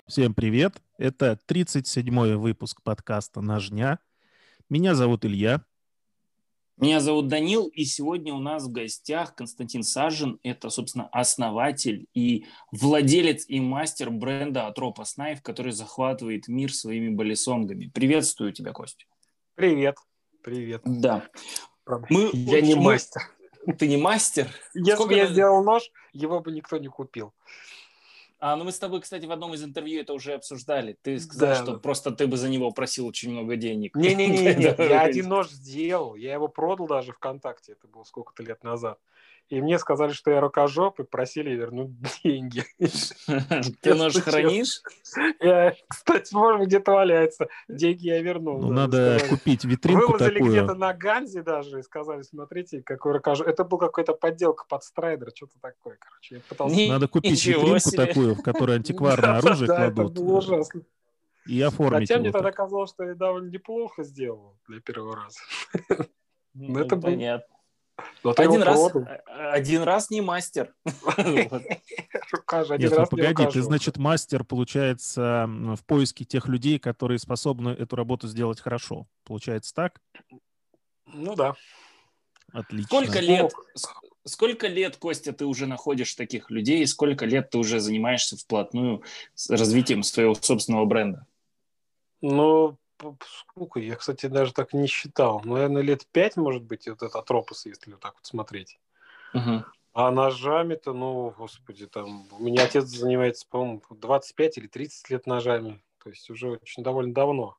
Всем привет! Это 37-й выпуск подкаста «Ножня». Меня зовут Илья. Меня зовут Данил, и сегодня у нас в гостях Константин Сажин. Это, собственно, основатель и владелец и мастер бренда Atropos Knife, который захватывает мир своими болесонгами. Приветствую тебя, Костя. Привет. Привет. Да. Я не мастер. Ты не мастер? Если бы я сделал нож, его бы никто не купил. Ну мы с тобой, кстати, в одном из интервью это уже обсуждали. Ты сказал, что просто ты бы за него просил очень много денег. Не-не-не, я один нож сделал, я его продал даже ВКонтакте, это было сколько-то лет назад. И мне сказали, что я рукожоп, и просили вернуть деньги. Ты нож хранишь? Кстати, может быть, где-то валяется. Деньги я вернул. Ну, надо купить витринку такую. Выложили где-то на Ганзе даже и сказали, смотрите, какой рукожоп. Это была какая-то подделка под Страйдер, что-то такое, короче. Надо купить витринку такую, в которой антикварное оружие кладут. Да, это было ужасно. И оформить Хотя мне тогда казалось, что я довольно неплохо сделал для первого раза. Ну, это понятно. Один раз не мастер. Нет, ну погоди, ты, значит, мастер, получается, в поиске тех людей, которые способны эту работу сделать хорошо. Получается так? Ну да. Отлично. Сколько лет, Костя, ты уже находишь таких людей, и сколько лет ты уже занимаешься вплотную с развитием своего собственного бренда? Ну, сколько? Я, кстати, даже так не считал. Наверное, лет 5, может быть, вот это Atropos, если вот так вот смотреть. Угу. А ножами-то, ну, господи, там, у меня отец занимается, по-моему, 25 или 30 лет ножами. То есть уже очень довольно давно.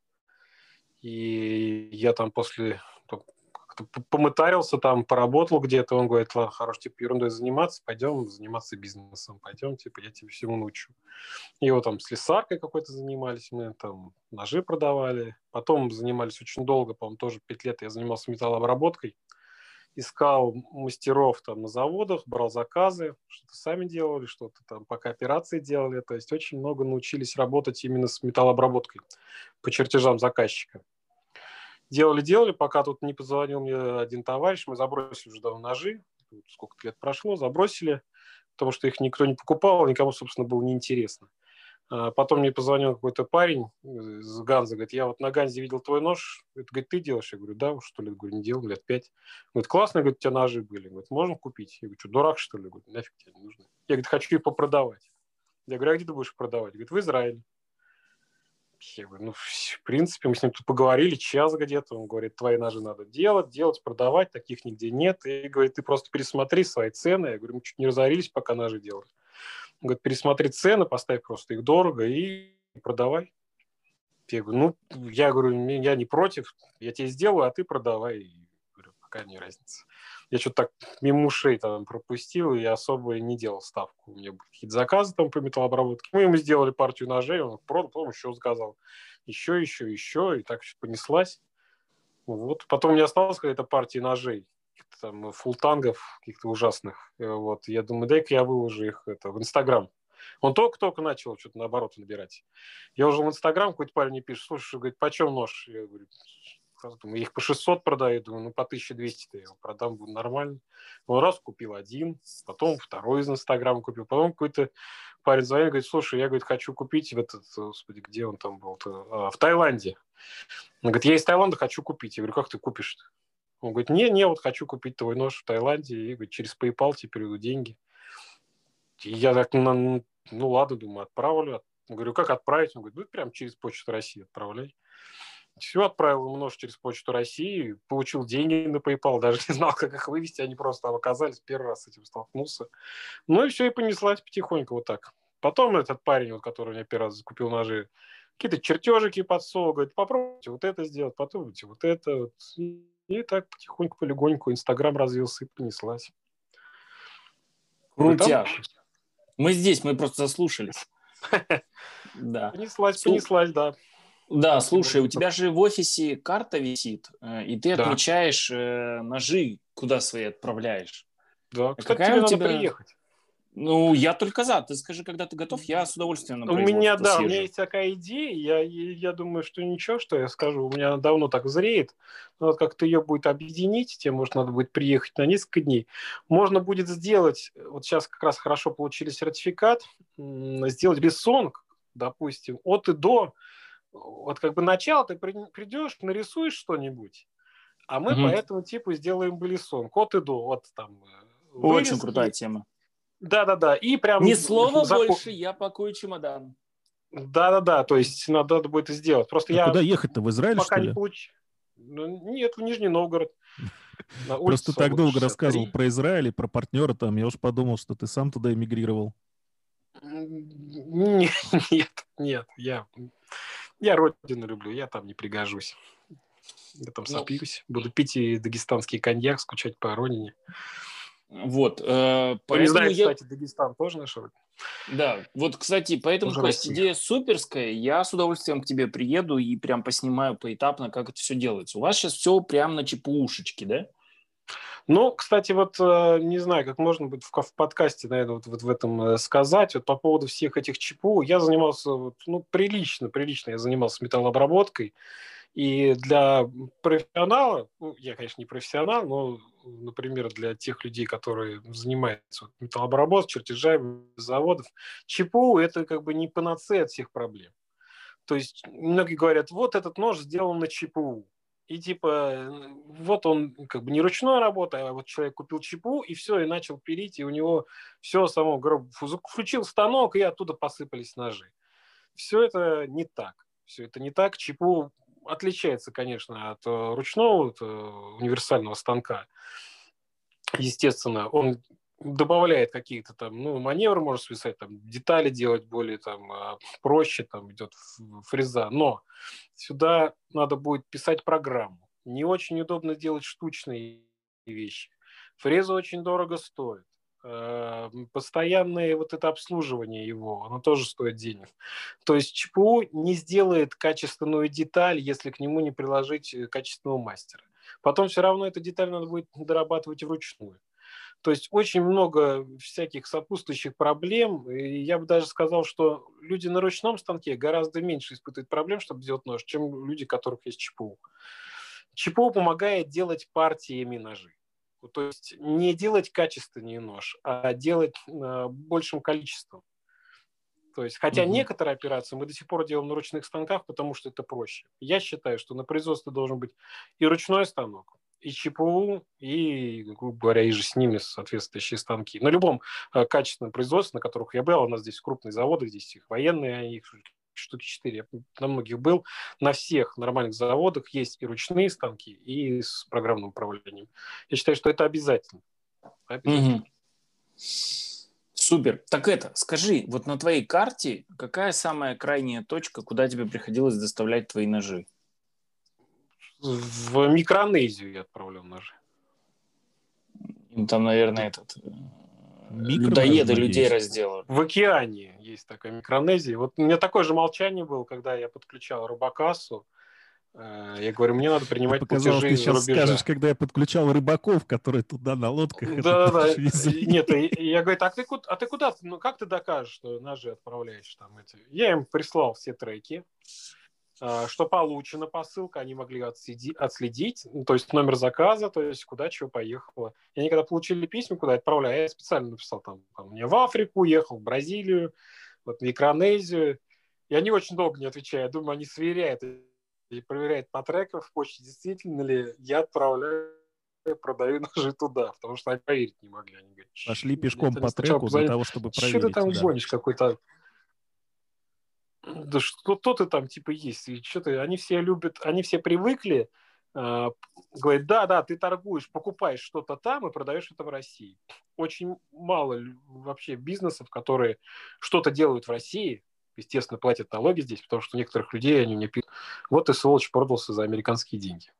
И я там после... помытарился там, поработал где-то, он говорит, ладно, хорош, типа, ерундой заниматься, пойдем заниматься бизнесом, пойдем, типа, я тебе всему научу. И вот там с слесаркой какой-то занимались мы, там ножи продавали, потом занимались очень долго, по-моему, тоже 5 лет я занимался металлообработкой, искал мастеров там на заводах, брал заказы, что-то сами делали, что-то там по кооперации делали, то есть очень много научились работать именно с металлообработкой по чертежам заказчика. Делали, пока тут не позвонил мне один товарищ, мы забросили уже давно ножи, сколько-то лет прошло, забросили, потому что их никто не покупал, никому, собственно, было неинтересно. Потом мне позвонил какой-то парень с Ганза, говорит, я вот на Ганзе видел твой нож, это, говорит, ты делаешь? Я говорю, да, что ли, говорю, не делал, лет 5. Говорит, классно, говорит, у тебя ножи были, говорит, можно купить? Я говорю, что, дурак, что ли? Говорит, нафиг тебе не нужно. Я, говорит, хочу их попродавать. Я говорю, а где ты будешь продавать? Говорит, в Израиле. Я говорю, ну, в принципе, мы с ним тут поговорили, час где-то. Он говорит, твои ножи надо делать, продавать, таких нигде нет. И говорит, ты просто пересмотри свои цены. Я говорю, мы чуть не разорились, пока ножи делали. Он говорит, пересмотри цены, поставь просто их дорого и продавай. Я говорю, я не против, я тебе сделаю, а ты продавай. Я говорю, какая мне разница. Я что-то так мимо ушей там пропустил, и я особо не делал ставку. У меня были какие-то заказы там по металлообработке. Мы ему сделали партию ножей, он продал, потом еще заказал. Еще, и так все понеслась. Вот. Потом у меня осталась какая-то партия ножей, там фултангов каких-то ужасных. Вот. Я думаю, дай-ка я выложу их в Инстаграм. Он только начал что-то наоборот набирать. Я уже в Инстаграм, какой-то парень мне пишет, слушай, говорит, почем нож? Я говорю, я их по 600 продаю, думаю, ну по 1200-то я его продам, будет нормально. Он раз купил один, потом второй из Инстаграма купил, потом какой-то парень звонит, говорит, слушай, я, говорит, хочу купить господи, где он там был-то? В Таиланде. Он говорит, я из Таиланда хочу купить. Я говорю, как ты купишь-то? Он говорит, не, вот хочу купить твой нож в Таиланде, и говорит, через PayPal тебе переведу деньги. И я так, ну ладно, думаю, отправлю. Говорю, как отправить? Он говорит, ну прям через Почту России отправляй. Все, отправил ему нож через Почту России, получил деньги на PayPal, даже не знал, как их вывести, они просто там оказались, первый раз с этим столкнулся. Ну и все, и понеслась потихоньку вот так. Потом этот парень, вот, который мне первый раз купил ножи, какие-то чертежики подсовывал, говорит, попробуйте вот это сделать, попробуйте вот это. Вот. И так потихоньку, полегоньку Инстаграм развился и понеслась. Крутяк. Мы здесь, мы просто заслушались. Да. Понеслась, да. Да, слушай, у тебя же в офисе карта висит, и ты отмечаешь ножи, куда свои отправляешь. Да, кстати, тебе надо приехать. Ну, я только за. Ты скажи, когда ты готов, я с удовольствием на производство съезжу. У меня есть такая идея, я думаю, что ничего, что я скажу, у меня давно так зреет, но вот как-то ее будет объединить, тебе, может, надо будет приехать на несколько дней. Можно будет сделать, вот сейчас как раз хорошо получили сертификат, сделать бессонг, допустим, от и до, вот как бы начало ты придешь, нарисуешь что-нибудь, а мы по этому типу сделаем былисон. От и до, вот там Очень вырезки. крутая тема. Да-да-да, и прям... Ни слова больше, я пакую чемодан. Да-да-да, то есть надо будет это сделать. Просто я куда ехать-то, в Израиль, пока что ли? не получил. Нет, в Нижний Новгород. Просто так долго 63. рассказывал про Израиль и про партнера там, я уж подумал, что ты сам туда эмигрировал. Нет, я родину люблю, я там не пригожусь. Я там сопьюсь, буду пить и дагестанский коньяк, скучать по родине. Вот, Вы не знаете, кстати, Дагестан тоже наш родина. Да, вот, кстати, поэтому, Кость, идея суперская. Я с удовольствием к тебе приеду и прям поснимаю поэтапно, как это все делается. У вас сейчас все прям на ЧПУшечке, да? Ну, кстати, вот не знаю, как можно будет в подкасте, наверное, вот в этом сказать. Вот по поводу всех этих ЧПУ я занимался, прилично я занимался металлообработкой. И для профессионала, я, конечно, не профессионал, но, например, для тех людей, которые занимаются металлообработкой, чертежами заводов, ЧПУ – это как бы не панацея от всех проблем. То есть многие говорят, вот этот нож сделан на ЧПУ. И типа, вот он как бы не ручная работа, а вот человек купил ЧПУ, и все, и начал пилить, и у него все само, грубо, включил станок, и оттуда посыпались ножи. Все это не так. Все это не так. ЧПУ отличается, конечно, от ручного универсального станка. Естественно, он добавляет какие-то там, маневры можно списать, там, детали делать более там проще, там идет фреза. Но сюда надо будет писать программу. Не очень удобно делать штучные вещи. Фреза очень дорого стоит. Постоянное вот это обслуживание его, оно тоже стоит денег. То есть ЧПУ не сделает качественную деталь, если к нему не приложить качественного мастера. Потом все равно эту деталь надо будет дорабатывать вручную. То есть очень много всяких сопутствующих проблем. И я бы даже сказал, что люди на ручном станке гораздо меньше испытывают проблем, чтобы сделать нож, чем люди, у которых есть ЧПУ. ЧПУ помогает делать партиями ножи. То есть не делать качественнее нож, а делать большим количеством. То есть, хотя некоторые операции мы до сих пор делаем на ручных станках, потому что это проще. Я считаю, что на производстве должен быть и ручной станок, и ЧПУ, и, грубо говоря, и же с ними соответствующие станки. На любом качественном производстве, на которых я был, у нас здесь крупные заводы, здесь их военные, их штуки 4, я на многих был, на всех нормальных заводах есть и ручные станки, и с программным управлением. Я считаю, что это обязательно. Супер. Так скажи, вот на твоей карте какая самая крайняя точка, куда тебе приходилось доставлять твои ножи? В Микронезию я отправлял ножи. Там, наверное, людоеды людей разделывают. В океане есть такая Микронезия. Вот у меня такое же молчание было, когда я подключал робокассу. Я говорю, мне надо принимать платежи из-за рубежа. Ты скажешь, когда я подключал рыбаков, которые туда на лодках. Да. Нет, я говорю, а ты куда? Как ты докажешь, что ножи отправляешь там эти? Я им прислал все треки, что получена посылка, они могли отследить, то есть номер заказа, то есть куда чего поехало. И они когда получили письма, куда отправляю, я специально написал там я в Африку уехал, в Бразилию, вот в Микронезию. И они очень долго не отвечают. Я думаю, они сверяют и проверяет по трекам в почте, действительно ли я отправляю, продаю ножи туда, потому что они поверить не могли. Они говорят, пошли пешком по треку для того, чтобы проверить. Что ты там гонишь какой-то? Да что ты там типа есть? И что ты? Они все любят, они все привыкли, говорят, да, ты торгуешь, покупаешь что-то там и продаешь это в России. Очень мало вообще бизнесов, которые что-то делают в России, естественно, платят налоги здесь, потому что у некоторых людей они мне пишут, вот ты, сволочь, продался за американские деньги.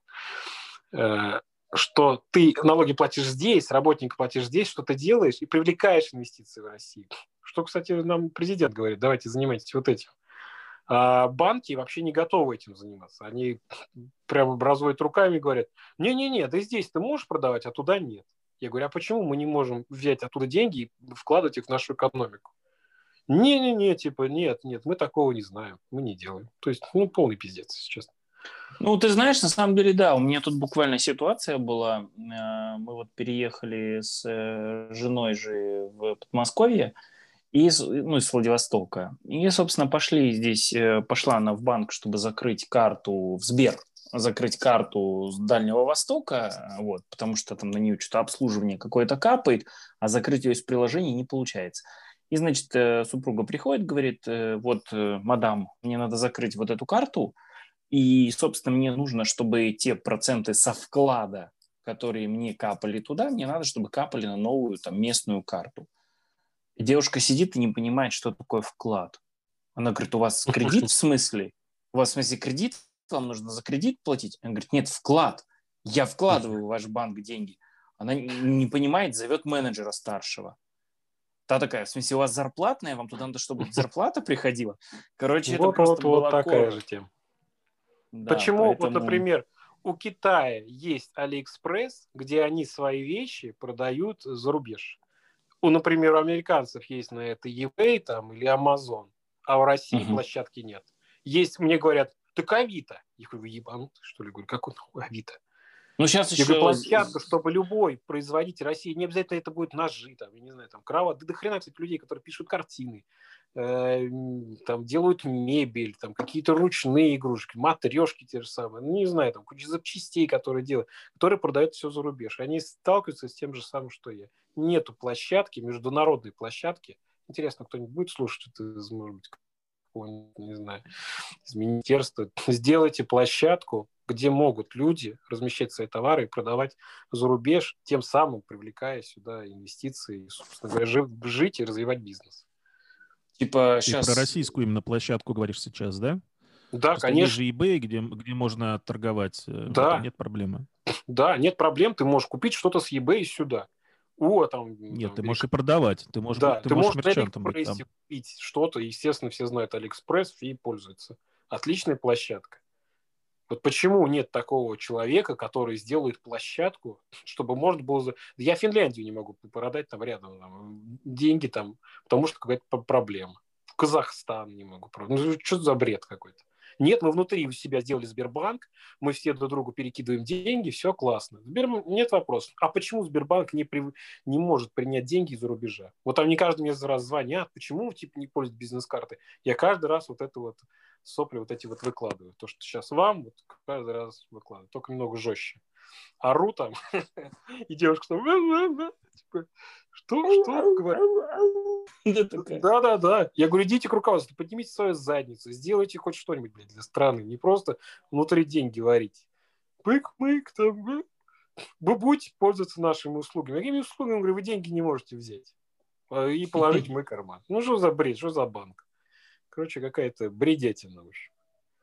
Что ты налоги платишь здесь, работника платишь здесь, что ты делаешь и привлекаешь инвестиции в Россию. Что, кстати, нам президент говорит, давайте занимайтесь вот этим. А банки вообще не готовы этим заниматься. Они прямо образуют руками и говорят, не-не-не, да здесь ты можешь продавать, а туда нет. Я говорю, а почему мы не можем взять оттуда деньги и вкладывать их в нашу экономику? Не-не-не, типа, нет, мы такого не знаем, мы не делаем. То есть, полный пиздец, если честно. Ты знаешь, на самом деле, да, у меня тут буквально ситуация была. Мы вот переехали с женой же в Подмосковье, ну, из Владивостока. И, собственно, пошла она в банк, чтобы закрыть карту в Сбер, закрыть карту с Дальнего Востока, вот, потому что там на нее что-то обслуживание какое-то капает, а закрыть ее из приложения не получается. И, значит, супруга приходит, говорит, мадам, мне надо закрыть вот эту карту, и, собственно, мне нужно, чтобы те проценты со вклада, которые мне капали туда, мне надо, чтобы капали на новую там местную карту. И девушка сидит и не понимает, что такое вклад. Она говорит, у вас кредит в смысле? У вас в смысле кредит? Вам нужно за кредит платить? Она говорит, нет, вклад. Я вкладываю в ваш банк деньги. Она не понимает, зовет менеджера старшего. Та такая, в смысле, у вас зарплатная? Вам туда надо, чтобы зарплата приходила? Короче, это просто была такая же тема. Да, Почему, поэтому... вот, например, у Китая есть Алиэкспресс, где они свои вещи продают за рубеж. Например, у американцев есть на это eBay там, или Amazon, а в России площадки нет. Есть, мне говорят, так Авито. Я говорю, вы ебанутый, что ли? Говорю, какой Авито? Ну, сейчас я еще... говорю, площадка, чтобы любой производитель России, не обязательно это будет ножи, там, я не знаю, там, кровать, да до хрена, кстати, людей, которые пишут картины, там, делают мебель, там, какие-то ручные игрушки, матрешки те же самые, ну, не знаю, там, куча запчастей, которые делают, которые продают все за рубеж. Они сталкиваются с тем же самым, что я. Нету площадки, международной площадки. Интересно, кто-нибудь будет слушать это, может быть, не знаю, из министерства. Сделайте площадку, где могут люди размещать свои товары и продавать за рубеж, тем самым привлекая сюда инвестиции и, собственно говоря, жить и развивать бизнес. Типа Ты сейчас... про российскую именно площадку говоришь сейчас, да? Да, конечно. Есть же eBay, где можно торговать. Да. В этом нет проблемы. Да, нет проблем. Ты можешь купить что-то с eBay сюда. Нет, ты можешь и продавать. Ты можешь мерчантом быть там. Купить что-то. Естественно, все знают Алиэкспресс и пользуются. Отличная площадка. Вот почему нет такого человека, который сделает площадку, чтобы можно было... Я Финляндию не могу продать там рядом деньги там, потому что какая-то проблема. В Казахстан не могу продать. Ну, что за бред какой-то? Нет, мы внутри у себя сделали Сбербанк, мы все друг другу перекидываем деньги, все классно. Нет вопросов. А почему Сбербанк не может принять деньги из-за рубежа? Вот там не каждый мне раз звонят, почему типа не пользуются бизнес-картой? Я каждый раз вот это вот сопли вот эти вот выкладываю. То, что сейчас вам, вот каждый раз выкладываю. Только немного жестче. Ору там, и девушка там, типа, что? Говорю. Да. Я говорю, идите к руководству, поднимите свою задницу, сделайте хоть что-нибудь, блядь, для страны. Не просто внутри деньги варить. Пык-мык, там, вы будете пользоваться нашими услугами. Какими услугами? Говорю, вы деньги не можете взять и положить в мой карман. Ну, что за бред, что за банк? Короче, какая-то бредятина вообще.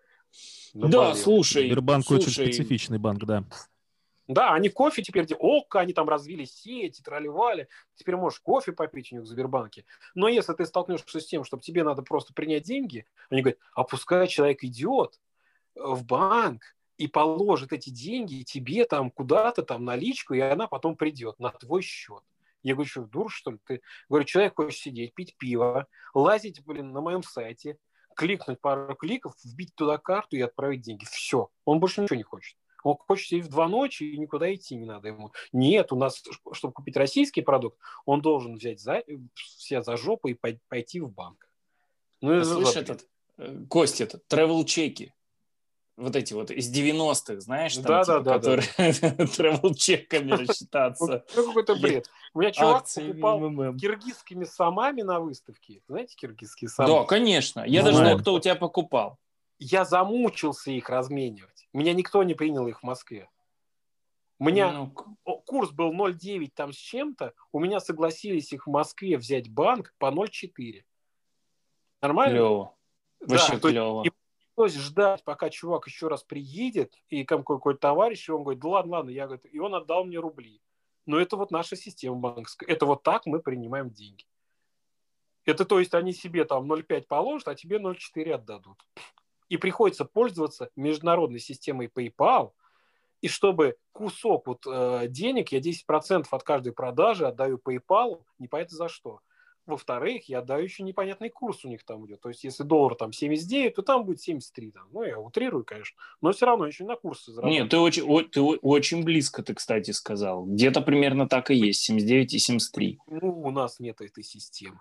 Да, слушай. Сбербанк очень специфичный банк, да. Да, они кофе теперь они там развили сети, тролливали. Теперь можешь кофе попить у них в Сбербанке. Но если ты столкнешься с тем, что тебе надо просто принять деньги, они говорят, а пускай человек идет в банк и положит эти деньги тебе там куда-то там наличку, и она потом придет на твой счет. Я говорю, что, дур, что ли? Говорю, человек хочет сидеть, пить пиво, лазить, на моем сайте, кликнуть пару кликов, вбить туда карту и отправить деньги. Все. Он больше ничего не хочет. Он хочет сидеть в 2 ночи, и никуда идти не надо ему. Нет, у нас, чтобы купить российский продукт, он должен взять себя за жопу и пойти в банк. Ну, слышь, Кость, travel-чеки. Вот эти вот из 90-х, знаешь, там, которые travel-чеками рассчитаться. Какой-то бред. У меня чувак покупал киргизскими самами на выставке. Знаете киргизские самы? Да, конечно. Я даже знаю, кто у тебя покупал. Я замучился их разменивать. Меня никто не принял их в Москве. У меня курс был 0,9 там с чем-то. У меня согласились их в Москве взять банк по 0,4. Нормально? Клево. Вообще клево. То есть ждать, пока чувак еще раз приедет, и какой-то товарищ, и он говорит, да ладно, я говорю, и он отдал мне рубли. Но это вот наша система банковская. Это вот так мы принимаем деньги. Это то есть они себе там 0,5 положат, а тебе 0,4 отдадут. И приходится пользоваться международной системой PayPal, и чтобы кусок денег, я 10% от каждой продажи отдаю PayPal, непонятно за что. Во-вторых, я отдаю еще непонятный курс у них там идет. То есть, если доллар там 79, то там будет 73. Там. Ну, я утрирую, конечно. Но все равно еще на курсы зарабатываю. Нет, ты очень близко, ты, кстати, сказал. Где-то примерно так и есть. 79 и 73. Ну, у нас нет этой системы.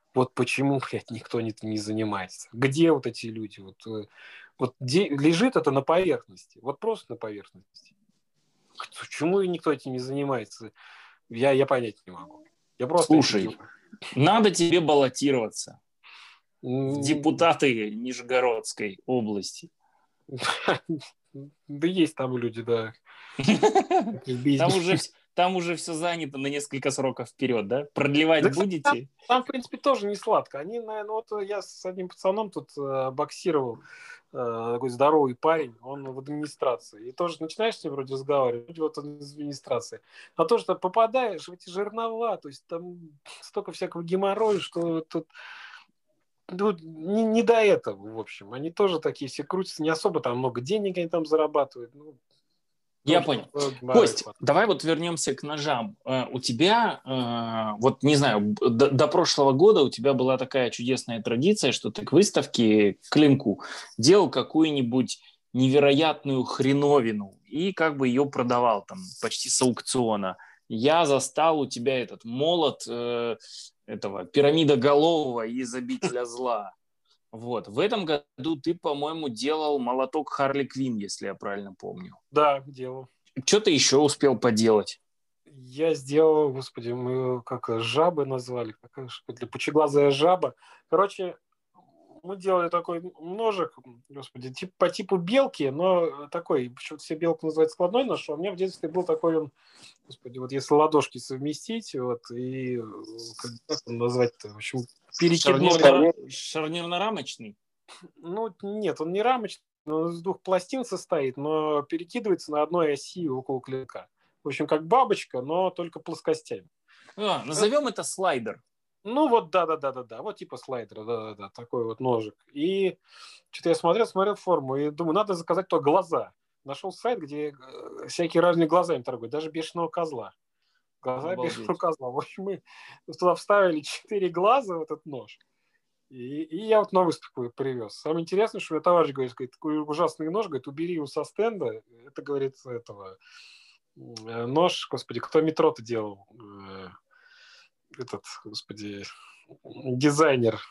Вот почему, блядь, никто не занимается? Где вот эти люди? Вот где лежит это на поверхности? Вот просто на поверхности. Почему никто этим не занимается? Я понять не могу. Я просто Слушай, надо тебе баллотироваться в депутаты Нижегородской области. Да есть там люди, да. Там уже все занято на несколько сроков вперед, да? Продлевать будете? Там, в принципе, тоже не сладко. Они, наверное, вот я с одним пацаном тут боксировал, такой здоровый парень, он в администрации. И тоже начинаешь с ним вроде разговаривать, вот он из администрации. А то, что попадаешь в эти жернова, то есть там столько всякого геморроя, что тут не до этого, в общем. Они тоже такие все крутятся, не особо там много денег они там зарабатывают. Я понял. Кость, давай вот вернемся к ножам. У тебя, вот не знаю, до прошлого года у тебя была такая чудесная традиция, что ты к выставке, к клинку, делал какую-нибудь невероятную хреновину и как бы ее продавал там почти с аукциона. Я застал у тебя этот молот этого пирамидоголового из «Обителя зла». Вот. В этом году ты, по-моему, делал молоток Харли Квинн, если я правильно помню. Да, делал. Что ты еще успел поделать? Я сделал, господи, мы как жабы назвали, пучеглазая жаба. Короче, мы делали такой ножик, господи, по типу белки, но такой, почему-то все белки называют складной нож, а у меня в детстве был такой он, господи, вот если ладошки совместить, вот, и как он назвать-то, в общем, перекидной. Шарнирно-рамочный? Ну, нет, он не рамочный, он из двух пластин состоит, но перекидывается на одной оси около клинка. В общем, как бабочка, но только плоскостями. Назовем это слайдер. Ну, вот, да, вот типа слайдера, да, такой вот ножик. И что-то я смотрел форму, и думаю, надо заказать то глаза. Нашел сайт, где всякие разные глазами торгуют, даже бешеного козла. Глаза бешеного козла. В общем, мы туда вставили 4 глаза в этот нож. И я вот на выставку привез. Самое интересное, что мне товарищ говорит, такой ужасный нож, говорит, убери его со стенда. Это, говорит, нож, господи, кто метро-то делал? Этот, господи, дизайнер.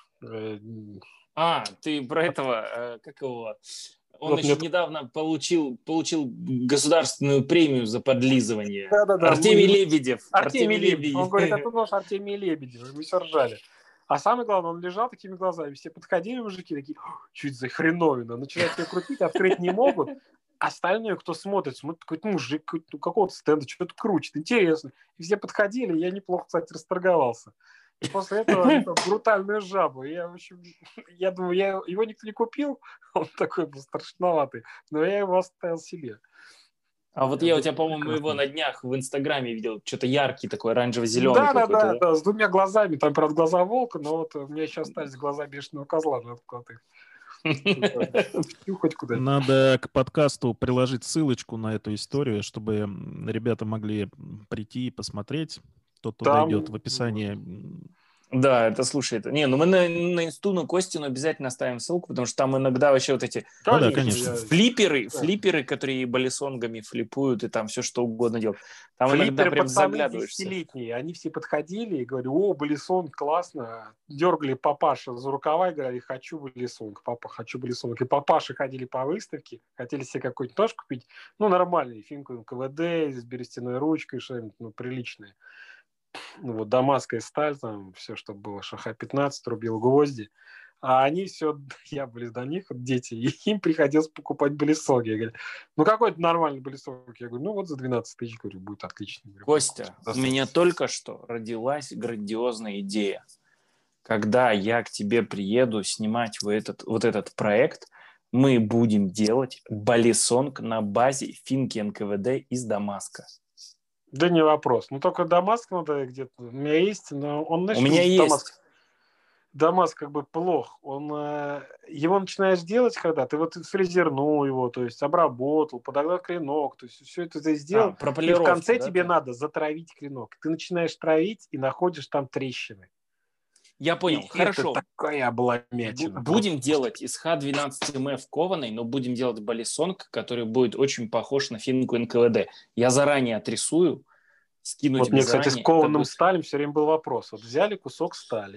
Ты про этого, как его? Он вот еще недавно получил государственную премию за подлизывание. Да. Артемий Лебедев. Артемий Лебедев. Он говорит, это нож Артемия Лебедева. Мы все ржали. А самое главное, он лежал такими глазами. Все подходили мужики, такие, что это за хреновина? Начинают ее крутить, открыть не могут. Остальное, кто смотрит какой-то мужик, какого-то стенда, что-то крутит. Интересно. И все подходили, и я неплохо, кстати, расторговался. И после этого брутальную жабу. Я думаю, его никто не купил, он такой был страшноватый, но я его оставил себе. А вот я у тебя, по-моему, его на днях в Инстаграме видел, что-то яркий такой, оранжево-зеленый какой-то. Да, с 2 глазами, там, правда, глаза волка, но вот у меня еще остались глаза бешеного козла. Надо к подкасту приложить ссылочку на эту историю, чтобы ребята могли прийти и посмотреть. Тот, кто дойдет в описании. Да, это слушай. Мы на инсту, на Костину обязательно оставим ссылку, потому что там иногда вообще вот эти конечно. флипперы, которые баллисонгами флипуют и там все что угодно делают. Там флипперы, иногда прям заглядываешься. 10-летние, они все подходили и говорили, баллисонг, классно. Дергали папаша за рукава и говорили, хочу баллисонг, папа, хочу баллисонг. И папаши ходили по выставке, хотели себе какой-нибудь нож купить, нормальный, финку НКВД, с берестяной ручкой, что-нибудь, приличное. Вот дамасская сталь, там все, что было, ШХ-15, рубил гвозди. А они все, я были до них, дети, и им приходилось покупать баллисонги. Я говорю, какой-то нормальный баллисонг. Я говорю, за 12 тысяч, говорю, будет отлично. Костя, у меня только что родилась грандиозная идея. Когда я к тебе приеду снимать вот этот проект, мы будем делать баллисонг на базе финки НКВД из Дамаска. Да не вопрос. Только Дамаск надо где-то. У меня есть, но он начал. У меня есть. Дамаск как бы плох. Его начинаешь делать, когда ты фрезернул его, то есть обработал, подогнал клинок, то есть все это ты сделал. И в конце тебе надо затравить клинок. Ты начинаешь травить и находишь там трещины. Я понял, хорошо. Это такая обломятина. Будем делать из Х-12МФ кованой, но будем делать баллисонг, который будет очень похож на финку НКВД. Я заранее отрисую, скину тебе мне, кстати, с кованым сталем все время был вопрос. Взяли кусок стали,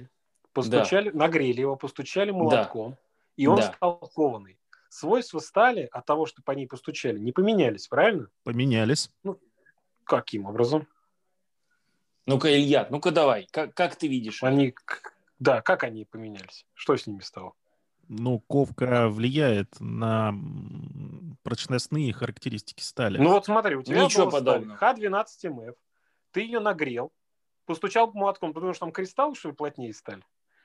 постучали, нагрели его, постучали молотком, и он стал кованый. Свойства стали от того, что по ней постучали, не поменялись, правильно? Поменялись. Ну, каким образом? Ну-ка, Илья, ну-ка давай, как ты видишь? Да, как они поменялись? Что с ними стало? Ну, ковка влияет на прочностные характеристики стали. Ну вот смотри, у тебя ничего была подобного. сталь Х12МФ, ты ее нагрел, постучал молотком, потому что там кристалл, что ли, плотнее стали?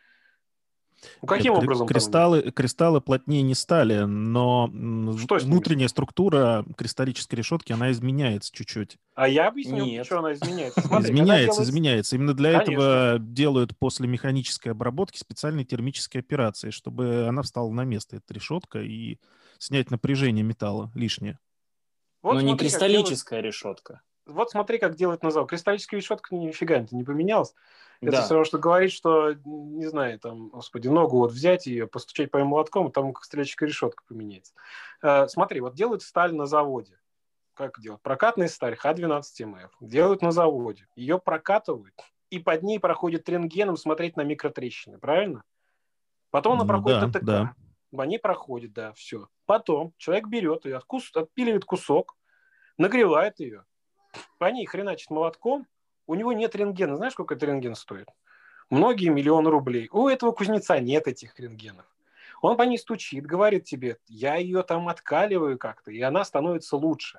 Ну, каким Нет, образом? кристаллы плотнее не стали, но что внутренняя структура кристаллической решетки, она изменяется чуть-чуть. А я объясню, что она изменяется. Смотри, изменяется. Именно для этого делают после механической обработки специальные термические операции, чтобы она встала на место, эта решетка, и снять напряжение металла лишнее. Но не кристаллическая решетка. Вот смотри, как делают на завод. Кристаллическая решетка нифига не поменялась. Это все равно, что говорить, что, не знаю, там, господи, ногу вот взять ее, постучать по молотком, и там кристаллическая решетка поменяется. Смотри, вот делают сталь на заводе. Как делают? Прокатная сталь Х12МФ. Делают на заводе. Ее прокатывают, и под ней проходит рентгеном смотреть на микротрещины, правильно? Потом она проходит АТК. Да. Они проходят, да, все. Потом человек берет ее, отпиливает кусок, нагревает ее, по ней хреначит молотком, у него нет рентгена. Знаешь, сколько это рентген стоит? Многие миллионы рублей. У этого кузнеца нет этих рентгенов. Он по ней стучит, говорит тебе, я ее там откаливаю как-то, и она становится лучше.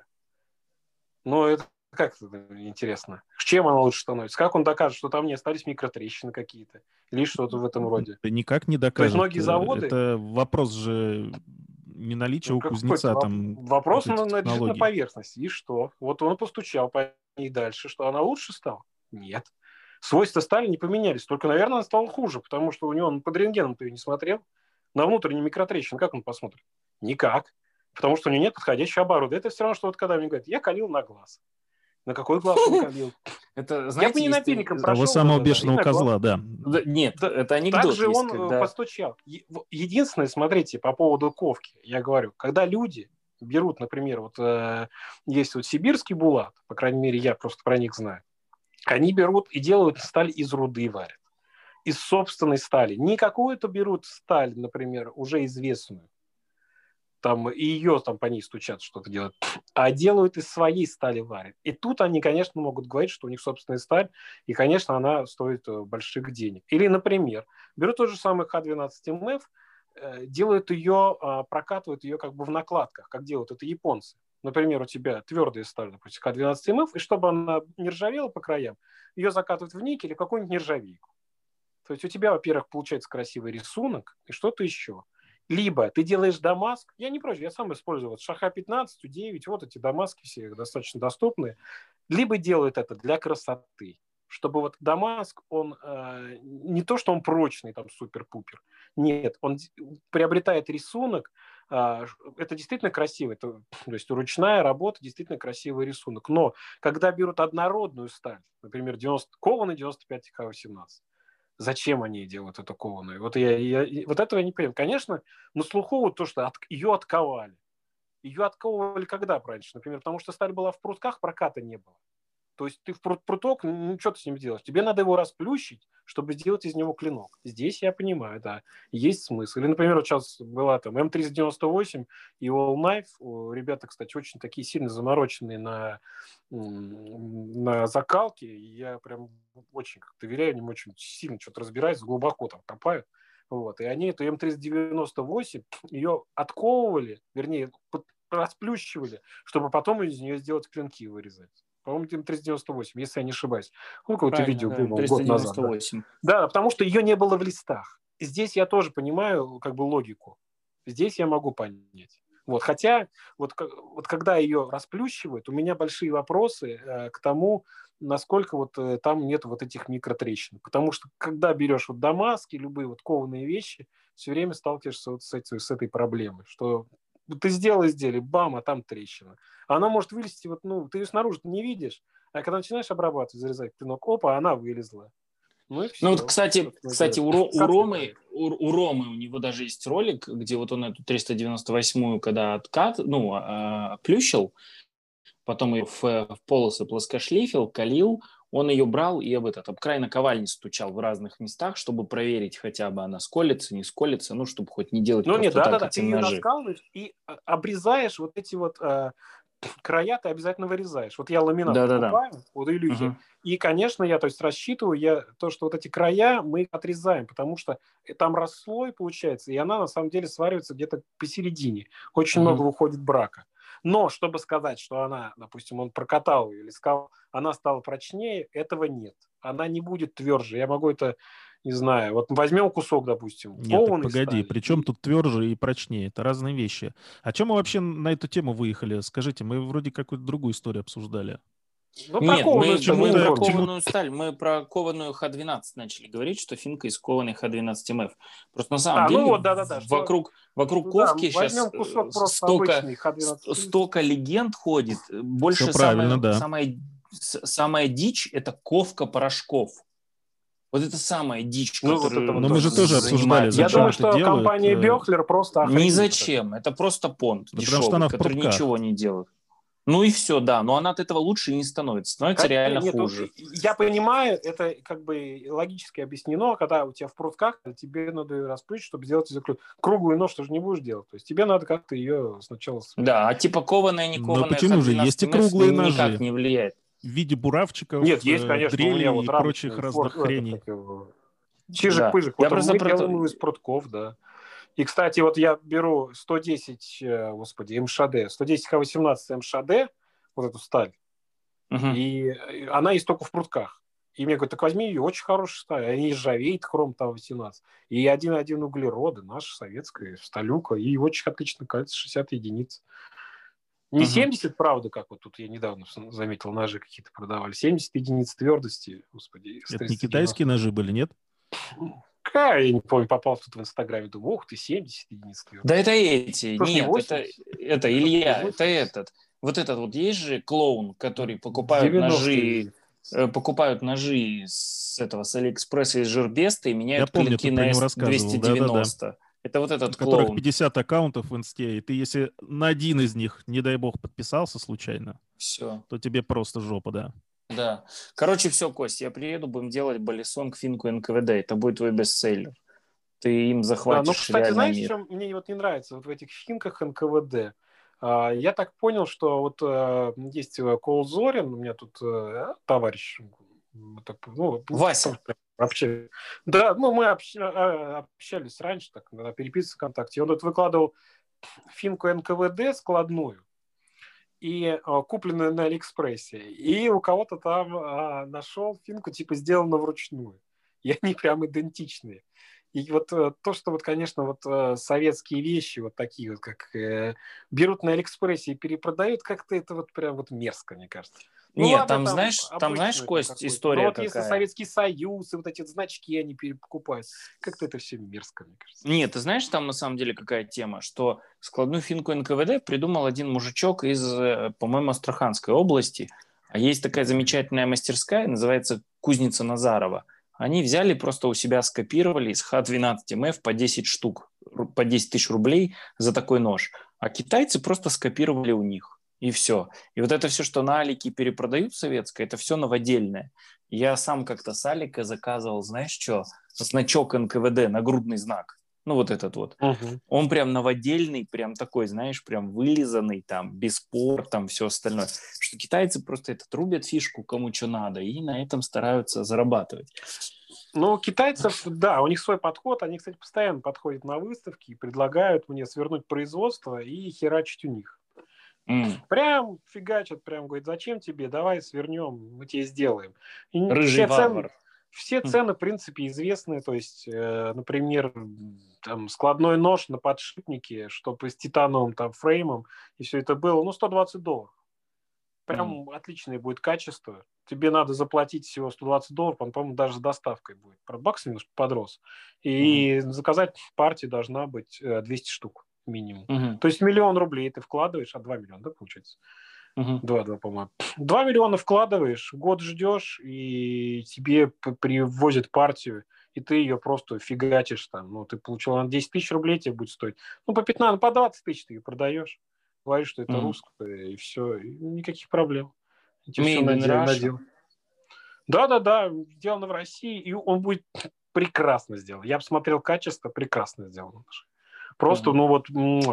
Но это как это интересно? С чем она лучше становится? Как он докажет, что там не остались микротрещины какие-то? Или что-то в этом роде? Это никак не докажет. То есть многие заводы... Это вопрос же не наличия у кузнеца там... Вопрос лежит на поверхности. И что? Вот он постучал по ней дальше. Что, она лучше стала? Нет. Свойства стали не поменялись. Только, наверное, она стала хуже, потому что у него он под рентгеном-то и не смотрел. На внутренние микротрещины как он посмотрит? Никак. Потому что у него нет подходящего оборудования. Это все равно, что вот когда мне говорят, я калил на глаз. На какой глаз он калил? Это, знаете, я бы не напильником прошел. Того самого бешеного козла, да. Нет, это анекдот. Так же он постучал. Единственное, смотрите, по поводу ковки, я говорю, когда люди берут, например, вот есть вот сибирский булат, по крайней мере, я просто про них знаю, они берут и делают сталь из руды, варят. Из собственной стали. Не какую-то берут сталь, например, уже известную, там, и ее там по ней стучат, что-то делают, а делают из своей стали варят. И тут они, конечно, могут говорить, что у них собственная сталь, и, конечно, она стоит больших денег. Или, например, берут тот же самый Х12МФ, делают ее, прокатывают ее как бы в накладках, как делают это японцы. Например, у тебя твердая сталь, допустим, Х12МФ, и чтобы она не ржавела по краям, ее закатывают в никель или какую-нибудь нержавейку. То есть у тебя, во-первых, получается красивый рисунок и что-то еще. Либо ты делаешь дамаск, я не против, я сам использую вот Шаха-15, У9, вот эти дамаски все достаточно доступные. Либо делают это для красоты, чтобы вот дамаск, он не то, что он прочный, там супер-пупер, нет, он приобретает рисунок, это действительно красиво, то есть ручная работа, действительно красивый рисунок. Но когда берут однородную сталь, например, кованый 95 Х18, зачем они делают эту кованую? Вот вот этого я не понимаю. Конечно, на слуху вот то, что ее отковали. Ее отковывали когда раньше? Например, потому что сталь была в прутках, проката не было. То есть ты в пруток, что ты с ним делаешь? Тебе надо его расплющить, чтобы сделать из него клинок. Здесь я понимаю, да, есть смысл. Или, например, вот сейчас была там М398 и All Knife. Ребята, кстати, очень такие сильно замороченные на закалке. Я прям очень доверяю, они очень сильно что-то разбираются, глубоко там копают. Вот. И они эту М398, ее отковывали, вернее, расплющивали, чтобы потом из нее сделать клинки вырезать. По-моему, М398, если я не ошибаюсь. Ну, какое-то видео было год назад. Да, потому что ее не было в листах. Здесь я тоже понимаю как бы логику. Здесь я могу понять. Вот. Хотя вот когда ее расплющивают, у меня большие вопросы к тому, насколько вот там нет вот этих микротрещин. Потому что когда берешь вот дамаски, любые вот кованые вещи, все время сталкиваешься вот с этой проблемой, что ты сделал изделие, бам, а там трещина. Она может вылезти, вот, ты ее снаружи не видишь, а когда начинаешь обрабатывать, зарезать клинок, опа, она вылезла. Ну вот, кстати, у Ромы у него даже есть ролик, где вот он эту 398-ю, когда плющил, потом ее в полосы плоскошлифил, калил, он ее брал и об край наковальни стучал в разных местах, чтобы проверить хотя бы она сколется, не сколется, ну, чтобы хоть не делать Ну, нет, просто так да-да-да, эти ты ее ножи. наскалываешь и обрезаешь вот эти вот края, ты обязательно вырезаешь. Вот я ламинат Да-да-да. покупаю, вот иллюзия. И, конечно, я, то есть, рассчитываю то, что вот эти края мы их отрезаем, потому что там расслой получается, и она, на самом деле, сваривается где-то посередине. Очень много выходит брака. Но, чтобы сказать, что она, допустим, он прокатал ее или сказал, она стала прочнее, этого нет. Она не будет тверже. Я могу это, не знаю, вот возьмем кусок, допустим, Нет, так кованой погоди, стали. причем тут тверже и прочнее? Это разные вещи. О чем мы вообще на эту тему выехали? Скажите, мы вроде какую-то другую историю обсуждали. Ну, Нет, кованую мы не про помню. кованую сталь, мы про кованую Х-12 начали говорить, что финка из кованой Х-12МФ. Просто на самом деле ну вот, да-да-да. вокруг ковки сейчас возьмем кусок просто обычный Х-12. столько легенд ходит. Больше Все правильно, да. самая дичь – это ковка порошков. Вот это самая дичь, Ну, которую вот это вот Но мы же тоже обсуждали, Я зачем думаю, это что делают. компания Бехлер просто охренела. Ни зачем. Это просто понт Да потому что дешевый, она в который прутках. ничего не делает. Ну и все, да. Но она от этого лучше не становится. Становится реально хуже. Я понимаю, это как бы логически объяснено, когда у тебя в прутках, тебе надо ее расплющить, чтобы сделать из круглую нож, ты же не будешь делать. То есть тебе надо как-то ее сначала... Да, а типа кованая, не кованая, Но почему же? Есть и круглые ножи. никак не влияет. В виде буравчиков, Нет, есть, конечно, у меня дрелей вот и прочих разных хреней. Чижик-пыжик. Я Вот просто мы делаем из прутков, да. И, кстати, вот я беру 110, МШД, 110 Х-18 МШД, вот эту сталь, и она есть только в прутках. И мне говорят, так возьми ее, очень хорошая сталь, а не ржавеет хром Х-18. И 1,1 углероды, наша советская сталюка, и очень отлично калится, 60 единиц. Не 70, правда, как вот тут я недавно заметил, ножи какие-то продавали. 70 единиц твердости, господи. Это не китайские ножи были, нет? Я не помню, попал тут в Инстаграме, думаю, ух ты, 70 единиц твердости. Да это эти, Слушай, нет, это Илья, это этот. Вот этот вот есть же клоун, который покупают ножи с Алиэкспресса из Жирбеста и меняют клинки на S290. Да. Это вот этот у которых клоун. 50 аккаунтов в инсте, и ты если на один из них, не дай бог, подписался случайно, все, то тебе просто жопа, да. Да. Короче, все, Кость, я приеду, будем делать Балисон, Финку, НКВД. Это будет твой бестселлер. Ты им захватишь да, ну, кстати, реально знаешь, мир. что мне вот не нравится вот в этих финках НКВД? Я так понял, что вот есть Кол Зорин, у меня тут товарищ, Вася. Вообще, да, мы общались раньше, так, на переписке ВКонтакте. Он тут выкладывал финку НКВД складную и купленную на Алиэкспрессе. И у кого-то там нашел финку, типа, сделанную вручную. И они прям идентичные. И вот то, что вот, конечно, вот советские вещи вот такие вот, как берут на Алиэкспрессе и перепродают, как-то это вот прям вот мерзко, мне кажется. Нет, ладно, там знаешь, Кость, история вот какая? Если Советский Союз, и вот эти значки они перекупают, как-то это все мерзко, мне кажется. Нет, ты знаешь, там на самом деле какая тема, что складную финку НКВД придумал один мужичок из, по-моему, Астраханской области, а есть такая замечательная мастерская, называется Кузница Назарова. Они взяли, просто у себя скопировали из Х-12МФ по 10 штук, по 10 тысяч рублей за такой нож. А китайцы просто скопировали у них. И все. И вот это все, что на Алике перепродают советское, это все новодельное. Я сам как-то с Алика заказывал, знаешь что, значок НКВД, нагрудный знак. Ну вот этот вот. Он прям новодельный, прям такой, знаешь, прям вылизанный, там, без пор, там, все остальное. Что китайцы просто это трубят фишку, кому что надо, и на этом стараются зарабатывать. Ну, у китайцев, да, у них свой подход. Они, кстати, постоянно подходят на выставки и предлагают мне свернуть производство и херачить у них. Прям фигачат, прям говорит, зачем тебе, давай свернем, мы тебе сделаем. И Рыжий варвар. Все цены, в принципе, известны. То есть, например, там, складной нож на подшипнике, чтобы с титановым там фреймом, и все это было, $120. Прям отличное будет качество. Тебе надо заплатить всего $120, он, по-моему, даже с доставкой будет. Правда, бакс немножко подрос. И заказать партию должна быть 200 штук минимум. То есть 1 000 000 рублей ты вкладываешь, 2 миллиона, да, получается? 2, по-моему. 2 миллиона вкладываешь, год ждешь, и тебе привозят партию, и ты ее просто фигачишь там. Ну, ты получил на 10 тысяч рублей, тебе будет стоить. Ну, по 15, по 20 тысяч ты ее продаешь. Говоришь, что это русское, и все. И никаких проблем. И тебе все надел. Да-да-да, сделано в России, и он будет прекрасно сделан. Я посмотрел качество, прекрасно сделано. Просто, ну вот...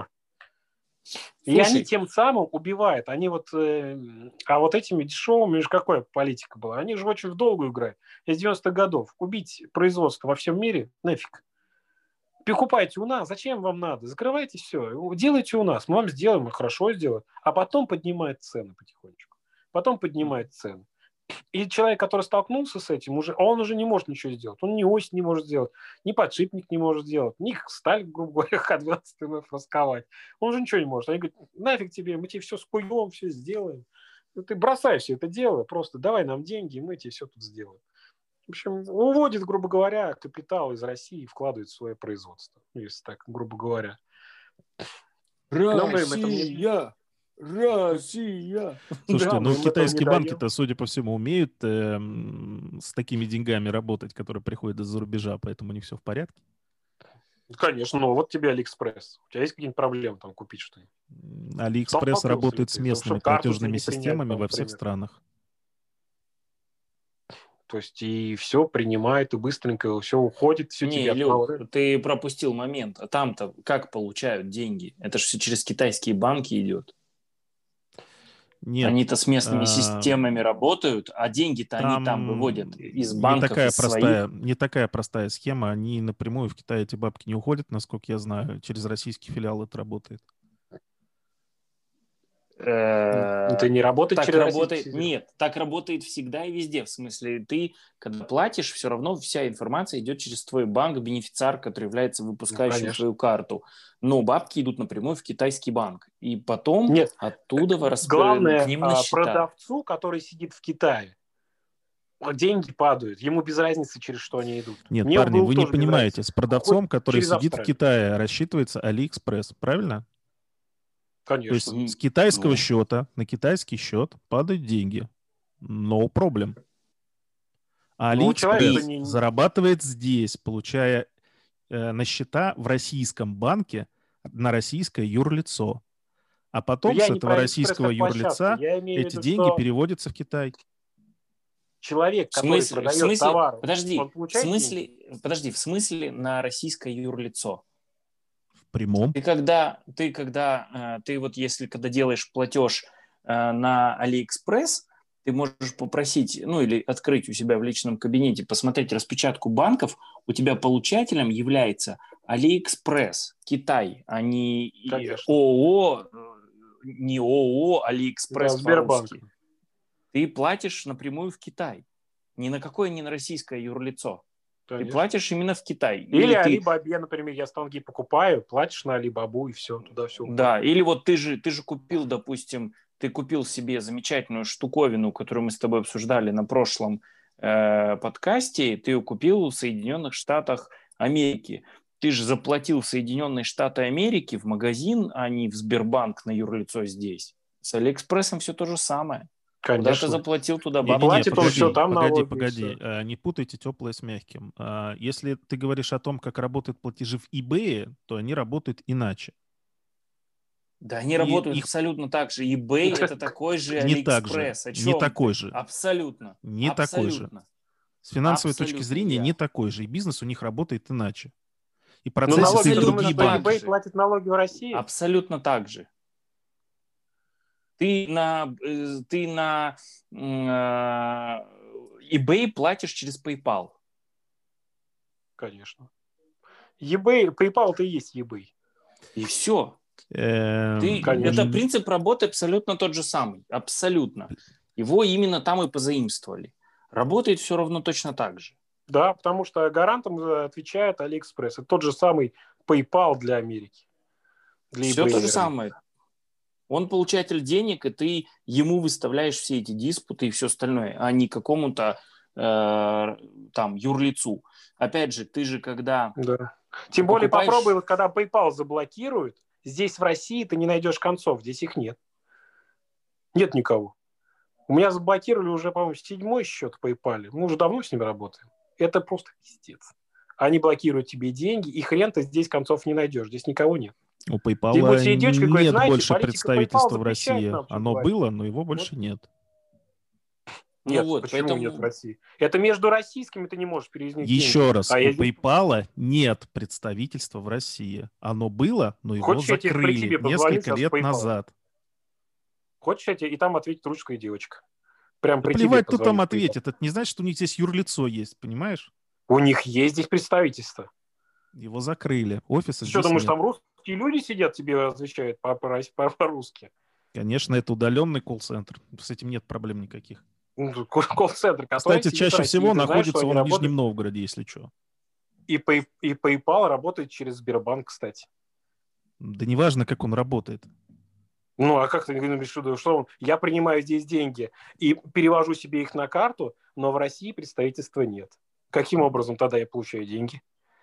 И они тем самым убивают. Они вот... а вот этими дешевыми, же какая политика была? Они же очень в долгую играют. Из 90-х годов. Убить производство во всем мире нафиг. Покупайте у нас, зачем вам надо? Закрывайте все, делайте у нас, мы вам сделаем, мы хорошо сделаем. А потом поднимает цены потихонечку. Потом поднимает цены. И человек, который столкнулся с этим, он уже не может ничего сделать. Он ни ось не может сделать, ни подшипник не может сделать, ни сталь, грубо говоря, Х-12 МФ расковать. Он уже ничего не может. Они говорят, нафиг тебе, мы тебе все скуем, все сделаем. Ты бросай все это дело, просто давай нам деньги, и мы тебе все тут сделаем. В общем, уводит, грубо говоря, капитал из России и вкладывает в свое производство, если так, грубо говоря. Россия! Россия! Слушайте, ну китайские банки-то, судя по всему, умеют с такими деньгами работать, которые приходят из-за рубежа, поэтому у них все в порядке. Конечно, ну вот тебе Алиэкспресс. У тебя есть какие-нибудь проблемы там купить что-нибудь? Алиэкспресс работает с местными платежными системами во всех странах. То есть и все принимает, и быстренько все уходит, все тебе Илюх, ты пропустил момент. А там-то как получают деньги? Это же все через китайские банки идет. Нет. Они-то с местными системами работают, а деньги-то они там выводят из банков, Не такая простая схема. Они напрямую в Китай эти бабки не уходят, насколько я знаю. Через российский филиал это работает. Это не работает так через работает. Нет, так работает всегда и везде. В смысле, ты, когда платишь, все равно вся информация идет через твой банк, бенефициар, который является выпускающим твою карту. Но бабки идут напрямую в китайский банк. И потом оттуда главное, к ним на счета. Продавцу, который сидит в Китае, деньги падают. Ему без разницы, через что они идут. Нет, парни, вы не понимаете. С продавцом, который сидит в Китае, рассчитывается Алиэкспресс. Правильно? Конечно. То есть с китайского счета на китайский счет падают деньги. No problem. А Алиэкспресс зарабатывает здесь, получая на счета в российском банке на российское юрлицо. А потом с этого российского юрлица эти деньги переводятся в Китай. Человек, который продает товар, в смысле на российское юрлицо? Прямом. Когда делаешь платеж на Алиэкспресс, ты можешь попросить, или открыть у себя в личном кабинете, посмотреть распечатку банков, у тебя получателем является Алиэкспресс, Китай, а не ООО, Алиэкспресс по-русски. Ты платишь напрямую в Китай. Ни на какое не на российское юрлицо. Конечно. Ты платишь именно в Китай. Или Алибабе, например, я станки покупаю, платишь на Алибабу и все, туда все. Да, или вот ты же купил, допустим, ты купил себе замечательную штуковину, которую мы с тобой обсуждали на прошлом подкасте, ты ее купил в Соединенных Штатах Америки. Ты же заплатил в Соединенные Штаты Америки в магазин, а не в Сбербанк на юрлицо здесь. С Алиэкспрессом все то же самое. Конечно. Куда ты заплатил, туда бабки. Погоди. Не путайте теплое с мягким. Если ты говоришь о том, как работают платежи в eBay, то они работают иначе. Да, они работают абсолютно так же. eBay – это такой же Алиэкспресс. Не такой же. Абсолютно. Не такой же. С финансовой точки зрения не такой же. И бизнес у них работает иначе. И процессы другие банки. eBay платит налоги в России? Абсолютно так же. Ты на eBay платишь через PayPal. Конечно. PayPal это и есть eBay. И все. Это принцип работы абсолютно тот же самый. Абсолютно. Его именно там и позаимствовали. Работает все равно точно так же. Да, потому что гарантом отвечает Алиэкспресс. Это тот же самый PayPal для Америки. Для все то же самое. Он получатель денег, и ты ему выставляешь все эти диспуты и все остальное, а не какому-то юрлицу. Опять же, ты же когда... Да. Тем более попробуй, когда PayPal заблокируют, здесь в России ты не найдешь концов, здесь их нет. Нет никого. У меня заблокировали уже, по-моему, 7-й счет в PayPal. Мы уже давно с ними работаем. Это просто пиздец. Они блокируют тебе деньги, и хрен ты здесь концов не найдешь. Здесь никого нет. У PayPal нет больше представительства в России. Оно было, но его больше нет. Нет, вот, почему поэтому... нет в России? Это между российскими ты не можешь перевести деньги. Еще раз, у PayPal нет представительства в России. Оно было, но его закрыли несколько лет назад. Хочешь, я тебе и там ответит русская девочка? Прям да плевать, кто там ответит. Это не значит, что у них здесь юрлицо есть, понимаешь? У них есть здесь представительство. Его закрыли. Офиса что, думаешь, нет. Там русские люди сидят, тебе отвечают по-русски? Конечно, это удаленный колл-центр. С этим нет проблем никаких. Колл-центр, который кстати, чаще всего находится он в Нижнем Новгороде, если что. И PayPal работает через Сбербанк, кстати. Да неважно, как он работает. Ну, а как ты говоришь, что он? Я принимаю здесь деньги и перевожу себе их на карту, но в России представительства нет. Каким образом тогда я получаю деньги?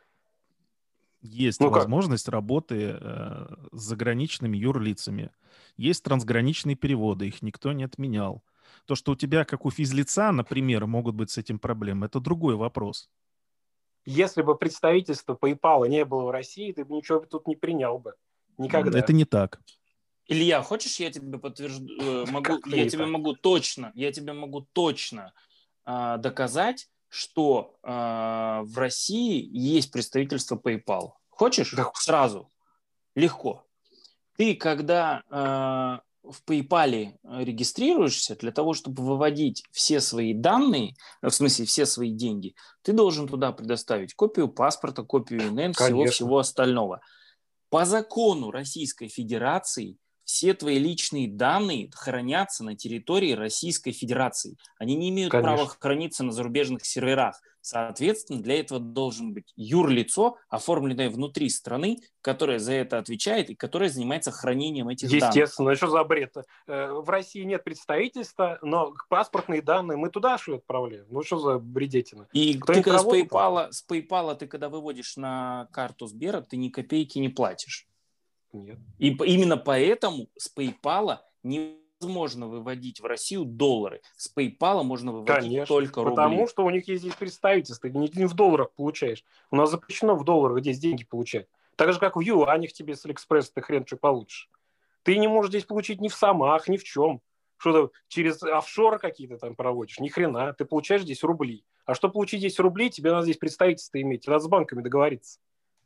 Есть возможность работы с заграничными юрлицами. Есть трансграничные переводы, их никто не отменял. То, что у тебя, как у физлица, например, могут быть с этим проблемы, это другой вопрос. Если бы представительства PayPal не было в России, ты бы ничего тут не принял бы. Никогда. Это не так. Илья, хочешь, я тебе подтвержу, я тебе могу точно доказать, что в России есть представительство PayPal. Хочешь? Да. Сразу. Легко. Ты, когда в PayPal регистрируешься, для того, чтобы выводить все свои данные, в смысле все свои деньги, ты должен туда предоставить копию паспорта, копию ИНН, всего остального. По закону Российской Федерации все твои личные данные хранятся на территории Российской Федерации. Они не имеют права храниться на зарубежных серверах. Соответственно, для этого должен быть юрлицо, оформленное внутри страны, которое за это отвечает и которое занимается хранением этих данных. Естественно, что за бред? В России нет представительства, но паспортные данные мы туда что отправляем? Ну что за бредетина? И ты когда с PayPal ты когда выводишь на карту Сбера, ты ни копейки не платишь. Нет. И именно поэтому с PayPal невозможно выводить в Россию доллары. С PayPal можно выводить только рубли. Потому что у них есть здесь представительство. Ты не в долларах получаешь. У нас запрещено в долларах здесь деньги получать. Так же, как в юанях тебе с Алиэкспресса ты хрен что получишь. Ты не можешь здесь получить ни в самах, ни в чем. Что-то через офшоры какие-то там проводишь. Ни хрена. Ты получаешь здесь рубли. А чтобы получить здесь рубли, тебе надо здесь представительство иметь. Надо с банками договориться.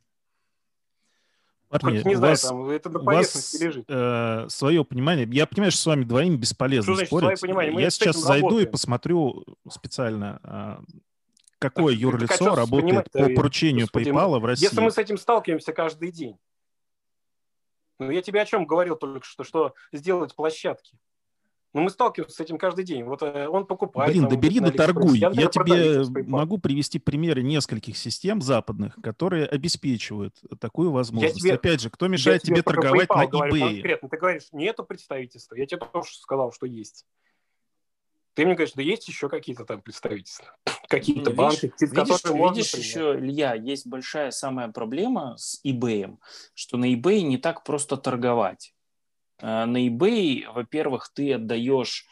Парни, не знаю, там, это на поверхности лежит. Свое понимание. Я понимаю, что с вами двоим бесполезно спорить. Я сейчас зайду и посмотрю специально, какое юрлицо работает по поручению PayPal в России. Если мы с этим сталкиваемся каждый день. Ну, я тебе о чем говорил только что сделать площадки. Ну, мы сталкиваемся с этим каждый день. Вот он покупает. Блин, да бери да торгуй. Я тебе могу привести примеры нескольких систем западных, которые обеспечивают такую возможность. Опять же, кто мешает тебе торговать на eBay? Конкретно. Ты говоришь, нету представительства. Я тебе тоже сказал, что есть. Ты мне говоришь, да есть еще какие-то там представительства. Какие-то банки. Видишь еще, Илья, есть большая самая проблема с eBay, что на eBay не так просто торговать. На eBay, во-первых, ты отдаешь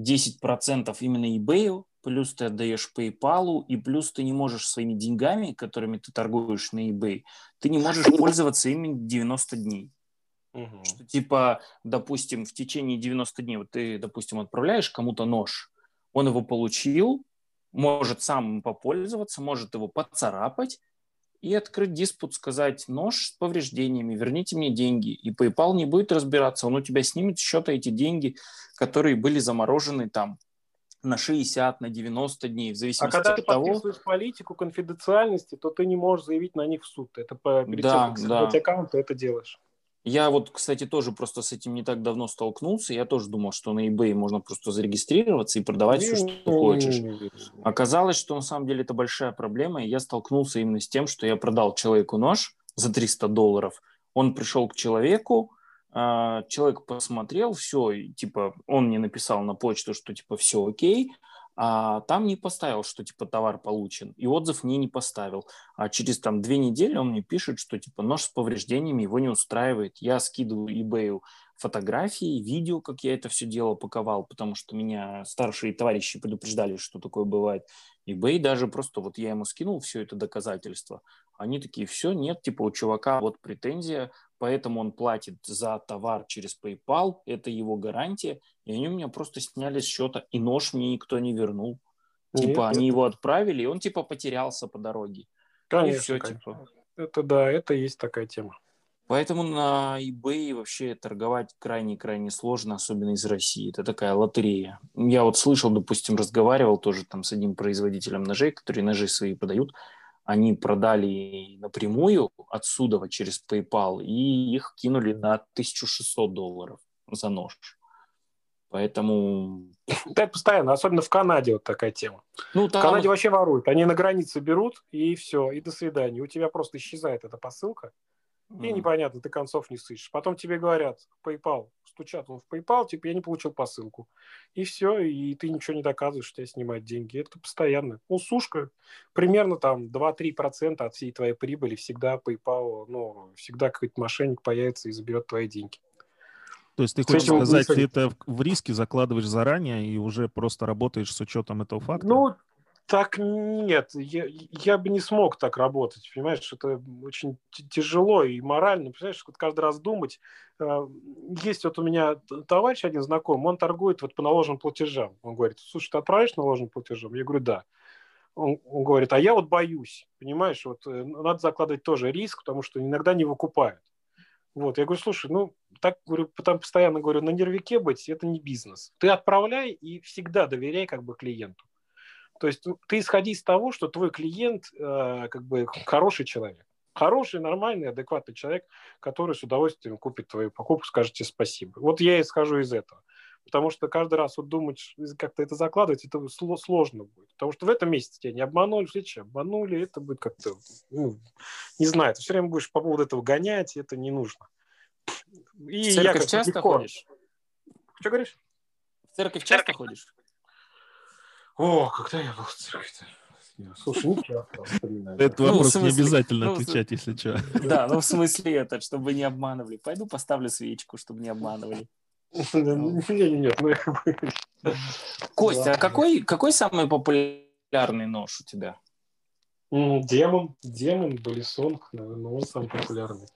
10% именно eBay, плюс ты отдаешь PayPal, и плюс ты не можешь своими деньгами, которыми ты торгуешь на eBay, ты не можешь пользоваться ими 90 дней. Что, типа, допустим, в течение 90 дней вот ты, допустим, отправляешь кому-то нож, он его получил, может сам им попользоваться, может его поцарапать, и открыть диспут, сказать, нож с повреждениями, верните мне деньги. И PayPal не будет разбираться, он у тебя снимет с счета эти деньги, которые были заморожены там на 60, на 90 дней, в зависимости от того... А когда ты подписываешь политику конфиденциальности, то ты не можешь заявить на них в суд. Это перед тем, как создать аккаунт, ты это делаешь. Я вот, кстати, тоже просто с этим не так давно столкнулся. Я тоже думал, что на eBay можно просто зарегистрироваться и продавать все, что хочешь. Оказалось, что на самом деле это большая проблема. И я столкнулся именно с тем, что я продал человеку нож за $300. Он пришел к человеку, человек посмотрел, все, и, типа, он мне написал на почту, что типа все окей, а там не поставил, что типа товар получен, и отзыв мне не поставил. А через там 2 недели он мне пишет, что типа нож с повреждениями его не устраивает. Я скидываю eBay фотографии, видео, как я это все дело паковал, потому что меня старшие товарищи предупреждали, что такое бывает. eBay даже просто, вот я ему скинул все это доказательство, они такие, все, нет, типа у чувака вот претензия, поэтому он платит за товар через PayPal, это его гарантия, и они у меня просто сняли с счета, и нож мне никто не вернул. Типа они его отправили, и он типа потерялся по дороге. Конечно, и все, конечно. Типа. Это да, это есть такая тема. Поэтому на eBay вообще торговать крайне-крайне сложно, особенно из России. Это такая лотерея. Я вот слышал, допустим, разговаривал тоже там с одним производителем ножей, которые ножи свои подают. Они продали напрямую отсюда через PayPal, и их кинули на $1600 за нож. Поэтому... Это постоянно, особенно в Канаде вот такая тема. Ну, там... В Канаде вообще воруют. Они на границе берут, и все, и до свидания. У тебя просто исчезает эта посылка, и непонятно, ты концов не слышишь. Потом тебе говорят, PayPal, стучат в PayPal, типа, я не получил посылку. И все, и ты ничего не доказываешь, что тебя снимают деньги. Это постоянно. Ну, сушка, примерно там 2-3% от всей твоей прибыли всегда PayPal, ну, всегда какой-то мошенник появится и заберет твои деньги. То есть ты хочешь сказать, ты это в риски закладываешь заранее и уже просто работаешь с учетом этого факта? Ну, так нет. Я бы не смог так работать, понимаешь? Это очень тяжело и морально. Понимаешь, вот каждый раз думать. Есть вот у меня товарищ один знакомый, он торгует вот по наложенным платежам. Он говорит, слушай, ты отправляешь наложенным платежам? Я говорю, да. Он говорит, а я вот боюсь, понимаешь? Вот надо закладывать тоже риск, потому что иногда не выкупают. Вот, я говорю, слушай, ну, так, говорю, там постоянно говорю, на нервике быть, это не бизнес. Ты отправляй и всегда доверяй как бы клиенту. То есть ты исходи из того, что твой клиент как бы хороший человек. Хороший, нормальный, адекватный человек, который с удовольствием купит твою покупку, скажет тебе спасибо. Вот я исхожу из этого. Потому что каждый раз вот думать, как-то это закладывать, это сложно будет. Потому что в этом месяце тебя не обманули, в следующем обманули, это будет как-то, ну, не знаю, ты все время будешь по поводу этого гонять, это не нужно. И в церковь часто легко. Ходишь? Что говоришь? В церковь часто ходишь? О, когда я был в церкви-то? Слушай, не часто. Этот вопрос не обязательно отвечать, если что. Да, ну в смысле этот, чтобы не обманывали. Пойду поставлю свечку, чтобы не обманывали. Нет. Костя, а какой самый популярный нож у тебя? Демон, Болисонг, наверное, он самый популярный.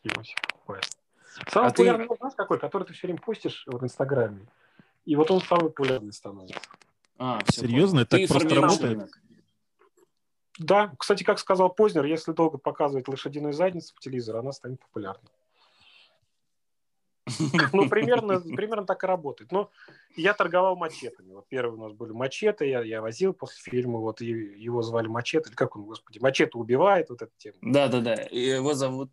Самый популярный нож, знаешь, какой? Который ты все время постишь в Инстаграме. И вот он самый популярный становится. Серьезно? Это так просто работает? Да. Кстати, как сказал Познер, если долго показывать лошадиную задницу по телевизору, она станет популярной. Ну, примерно так и работает. Но я торговал мачетами. Вот первые у нас были мачете, я возил после фильма, вот его звали Мачете, или как он, господи, Мачете убивает, вот эта тема. Да, его зовут...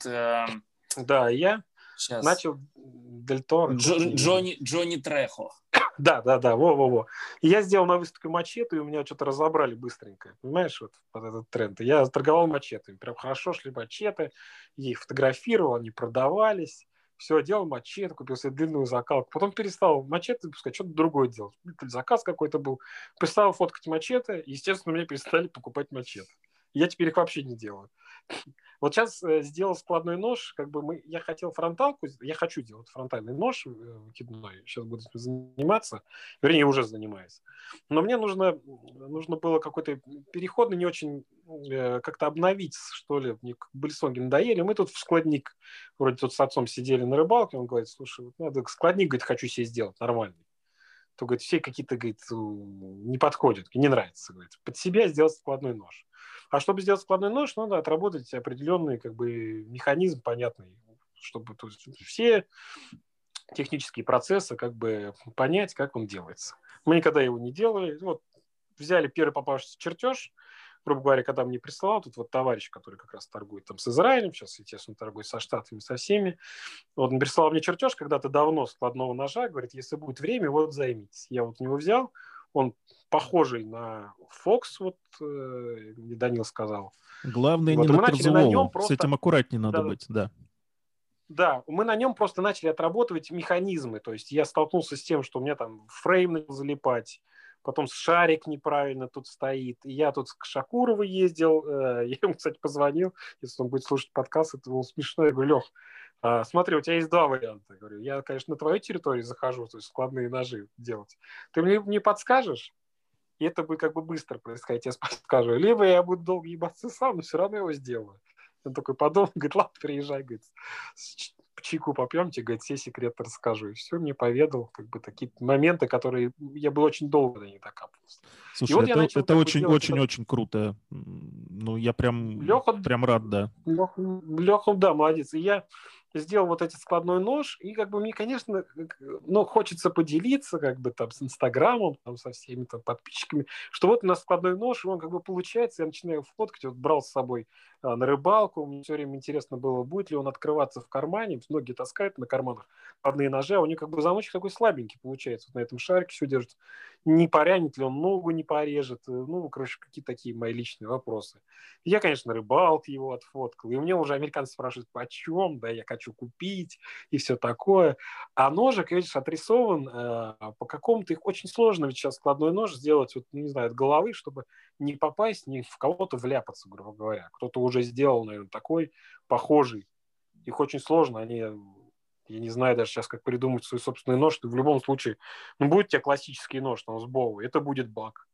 Да, я начал Дель Торо. Джонни Трехо. Да, во. И я сделал на выставке мачете, и у меня что-то разобрали быстренько. Понимаешь, вот этот тренд. И я торговал мачетами. Прям хорошо шли мачете, я их фотографировал, они продавались. Все, делал мачете, купил себе длинную закалку. Потом перестал мачете выпускать, что-то другое делать. Заказ какой-то был. Перестал фоткать мачете, и, естественно, мне перестали покупать мачете. Я теперь их вообще не делаю. Вот сейчас сделал складной нож, как бы я хотел фронталку, я хочу делать фронтальный нож выкидной, сейчас буду заниматься, вернее, уже занимаюсь. Но мне нужно было какой-то переходный, не очень как-то обновить, что ли, мне Болисонги надоели. Мы тут в складник, вроде тут с отцом сидели на рыбалке, он говорит, слушай, вот надо складник, говорит, хочу себе сделать нормальный. То, говорит, все какие-то, говорит, не подходят, не нравится, говорит, под себя сделать складной нож. А чтобы сделать складной нож, надо отработать определенный как бы механизм понятный, чтобы то есть, все технические процессы как бы понять, как он делается. Мы никогда его не делали. Вот взяли первый попавшийся чертеж, грубо говоря, когда мне присылал, тут вот товарищ, который как раз торгует там с Израилем, сейчас, естественно, торгует со Штатами, со всеми. Вот он прислал мне чертеж когда-то давно складного ножа, говорит, если будет время, вот займитесь. Я вот у него взял, он похожий на Fox, вот Данил сказал. Главное, вот, не на Корзулову. Просто... С этим аккуратнее надо быть, да. Да, мы на нем просто начали отрабатывать механизмы. То есть я столкнулся с тем, что у меня там фрейм начал залипать, потом шарик неправильно тут стоит. И я тут к Шакурову ездил, я ему, кстати, позвонил, если он будет слушать подкаст, это было смешно. Я говорю, Лех, смотри, у тебя есть два варианта. Я говорю, я, конечно, на твою территорию захожу, то есть складные ножи делать. Ты мне не подскажешь? И это будет как бы быстро происходить, я подскажу. Либо я буду долго ебаться сам, но все равно его сделаю. Он такой подумал, говорит, ладно, приезжай, говорит. чайку попьем, тебе, говорит, все секреты расскажу. И все мне поведал, как бы такие моменты, которые я был очень долго до них докапывался. Слушай, И вот я начал это как бы делать очень круто. Ну, я Леха, прям рад, да. Леха, да, молодец. И я сделал вот этот складной нож, и как бы мне, конечно, ну, хочется поделиться как бы там с Инстаграмом, там, со всеми там подписчиками, что вот у нас складной нож, и он как бы получается, я начинаю фоткать, вот брал с собой на рыбалку, мне все время интересно было, будет ли он открываться в кармане, многие таскают на карманах складные ножи, а у них как бы замочек такой слабенький получается, вот на этом шарике все держится, не порянет ли он ногу, не порежет, ну, короче, какие-то такие мои личные вопросы. Я, конечно, рыбалки его отфоткал. И у меня уже американцы спрашивают, почем, да, я хочу купить и все такое. А ножик, видишь, отрисован по какому-то, их очень сложно ведь сейчас складной нож сделать, вот, не знаю, от головы, чтобы не попасть, ни в кого-то вляпаться, грубо говоря. Кто-то уже сделал, наверное, такой похожий. Их очень сложно, они... Я не знаю даже сейчас, как придумать свой собственный нож. В любом случае, ну, будет у тебя классический нож там, с Бовой, это будет баг.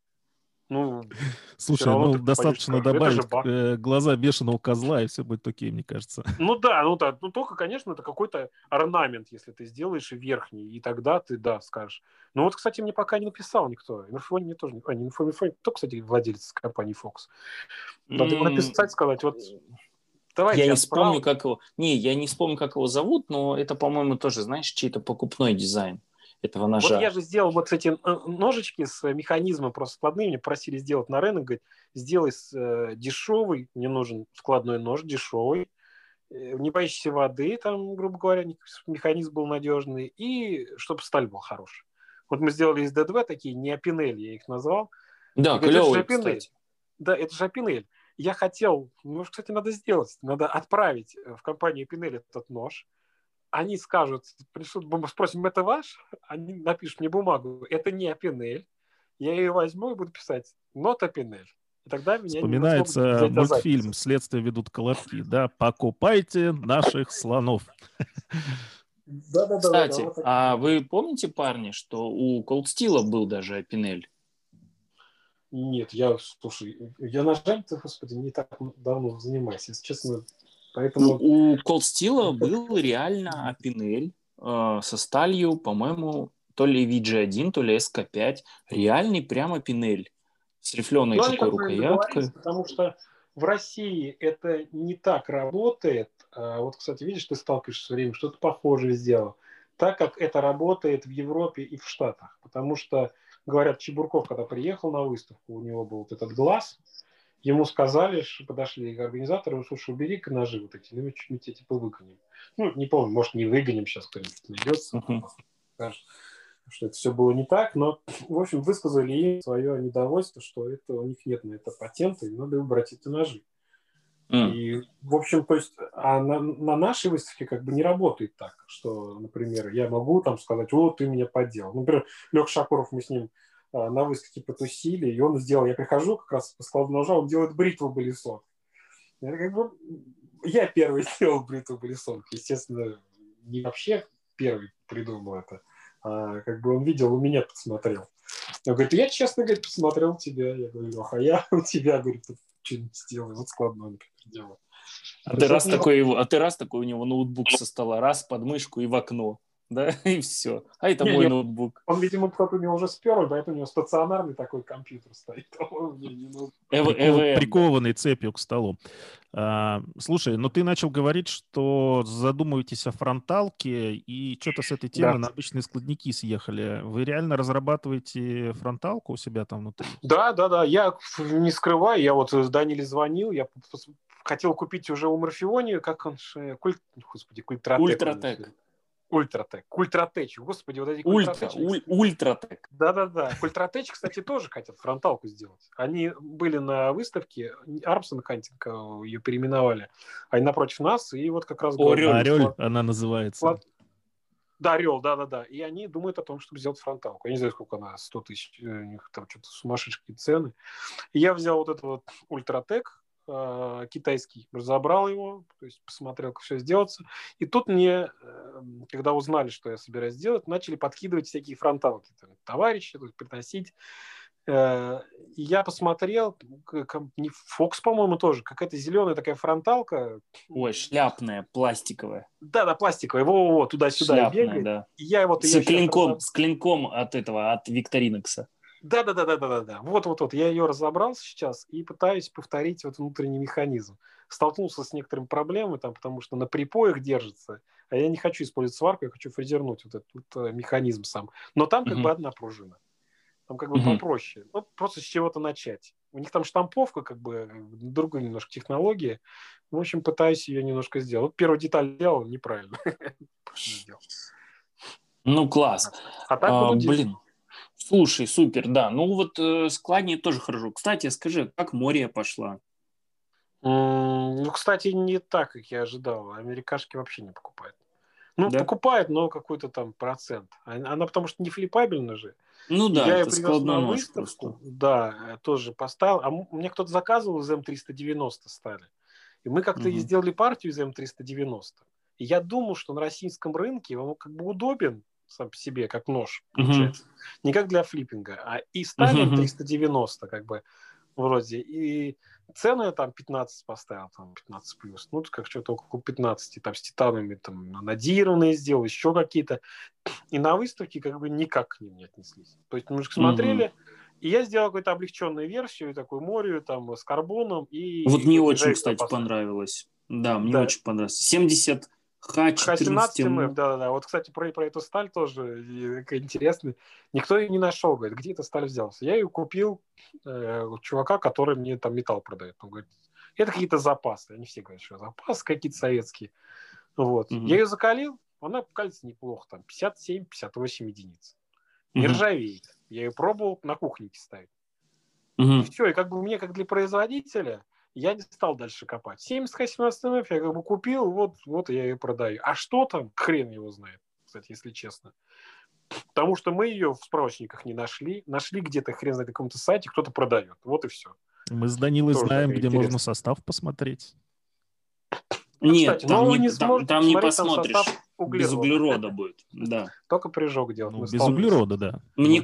Ну, слушай, ну ты достаточно скажешь, добавить глаза бешеного козла, и все будет окей, мне кажется. Ну да, ну только, конечно, это какой-то орнамент, если ты сделаешь и верхний, и тогда ты, да, скажешь. Ну вот, кстати, мне пока не написал никто. Инфони мне тоже не Инфони, кто, кстати, владелец компании Fox? Надо ему написать, сказать, вот давайте я не вспомню, как его... Не, я не вспомню, как его зовут, но это, по-моему, тоже, знаешь, чей-то покупной дизайн этого ножа. Вот я же сделал вот эти ножички с механизмом просто складными, мне просили сделать на рынок, говорит, сделай дешевый, мне нужен складной нож дешевый, не боишься воды, там, грубо говоря, механизм был надежный, и чтобы сталь была хорошая. Вот мы сделали из D2 такие неопинель, я их назвал. Да, клевый, кстати. Да, это же опинель. Я хотел, ну, кстати, надо сделать, надо отправить в компанию Пинель этот нож. Они скажут, пришлют, спросим, это ваш? Они напишут мне бумагу, это не Опинель. Я ее возьму и буду писать, not Опинель. И тогда меня вспоминается мультфильм «Следствие ведут колобки». Да, покупайте наших слонов. Кстати, а вы помните, парни, что у Cold Steel был даже Опинель? Нет, слушай, я ножами-то, господи, не так давно занимаюсь, если честно. Поэтому... У Cold Steel был реально Опинель со сталью, по-моему, то ли VG1, то ли SK5. Реальный прямо Опинель с рифленой такой рукояткой. Потому что в России это не так работает. Вот, кстати, видишь, ты сталкиваешься все время, что-то похожее сделал. Так как это работает в Европе и в Штатах. Потому что, говорят, Чебурков, когда приехал на выставку, у него был вот этот глаз, ему сказали, подошли организаторы, слушай, убери-ка ножи вот эти, мы чуть-чуть эти повыгоним. Ну, не помню, может, не выгоним, сейчас кто-нибудь найдется, скажет, что это все было не так, но, в общем, высказали им свое недовольство, что это у них нет на это патента, и надо выбрать эти ножи. И, в общем, то есть, а на нашей выставке как бы не работает так, что, например, я могу там сказать, вот, ты меня подделал. Например, Леха Шакуров, мы с ним на выставке потусили, и он сделал, я прихожу как раз по складу ножа, он делает бритву-пылесос. Я первый сделал бритву-пылесос, естественно, не вообще первый придумал это, а как бы он видел, у меня посмотрел. Он говорит, я честно, говорит, посмотрел тебя. Я говорю, Леха, а я у тебя, говорит, что-нибудь сделаю, вот складное, например, делаю. А ты раз такой у него ноутбук со стола, раз под мышку и в окно. Да, и все. А это мой ноутбук. Он, видимо, кто-то у него уже спер, поэтому у него стационарный такой компьютер стоит. Прикованный цепью к столу. Слушай, ну ты начал говорить, что задумываетесь о фронталке, и что-то с этой темы на обычные складники съехали. Вы реально разрабатываете фронталку у себя там внутри? Да. Я не скрываю, я вот с Даниле звонил, я хотел купить уже у Морфеони, как он же... Господи, Ультратек. Ультратеч. Господи, вот эти Ультратек. Да. Ультратеч, кстати, тоже хотят фронталку сделать. Они были на выставке, Армсон Хантинг ее переименовали. Они напротив нас, и вот как раз... Орел она называется. Да, Орел, да. И они думают о том, чтобы сделать фронталку. Я не знаю, сколько она, 100 тысяч, у них там что-то сумасшедшие цены. И я взял вот этот вот Ультратек, китайский, разобрал его, то есть посмотрел, как все сделается. И тут мне, когда узнали, что я собираюсь сделать, начали подкидывать всякие фронталки. Там, товарищи, приносить. Я посмотрел, Фокс, по-моему, тоже, какая-то зеленая такая фронталка. Ой, шляпная, пластиковая. Да, пластиковая, во-во-во, туда-сюда Шляпная, бегает. да. И я вот ее С клинком от Викторинокса. Да. Вот. Я ее разобрал сейчас и пытаюсь повторить вот внутренний механизм. Столкнулся с некоторыми проблемами, там, потому что на припоях держится, а я не хочу использовать сварку, я хочу фрезернуть вот этот механизм сам. Но там как бы одна пружина. Там как бы попроще. Ну, просто с чего-то начать. У них там штамповка, как бы, другая немножко технология. В общем, пытаюсь ее немножко сделать. Вот первую деталь делал неправильно. Ну, класс. А так буду делать. Блин. Слушай, супер, да. Ну, вот складнее тоже хорошо. Кстати, скажи, как Мория пошла? Ну, кстати, не так, как я ожидал. Америкашки вообще не покупают. Ну, да? Покупают, но какой-то там процент. Она потому что не флипабельна же. Ну да, я это ее привез на просто. выставку. Да, тоже поставил. А мне кто-то заказывал из М390 стали. И мы как-то сделали партию из М390. И я думал, что на российском рынке он как бы удобен сам по себе, как нож, получается. Не как для флиппинга. А и стали М390, как бы, вроде. И цену я там 15 поставил, там 15 плюс. Ну, как что-то около 15, там с титанами там надированные сделал, еще какие-то. И на выставке как бы никак к ним не отнеслись. То есть мы же смотрели, и я сделал какую-то облегченную версию, такую Морию там с карбоном. И вот мне очень, кстати, понравилось. Да, мне очень понравилось. 70 Х-17МФ, да. Вот, кстати, про эту сталь тоже интересно. Никто ее не нашел, говорит, где эта сталь взялся. Я ее купил у чувака, который мне там металл продает. Он говорит, это какие-то запасы. Они все говорят, что запасы какие-то советские. Вот. Я ее закалил, она калится неплохо, там 57-58 единиц. Не ржавеет. Я ее пробовал на кухоньке ставить. И все, и как бы мне, как для производителя, я не стал дальше копать. 70 МФ я как бы купил, вот я ее продаю. А что там, хрен его знает, кстати, если честно. Потому что мы ее в справочниках не нашли. Нашли где-то, хрен знает, на каком-то сайте, кто-то продает. Вот и все. Мы с Данилой знаем, где можно состав посмотреть. Нет, кстати, там, там не посмотришь. Без углерода будет, да. Только прыжок делать. Ну, без углерода, да. Мне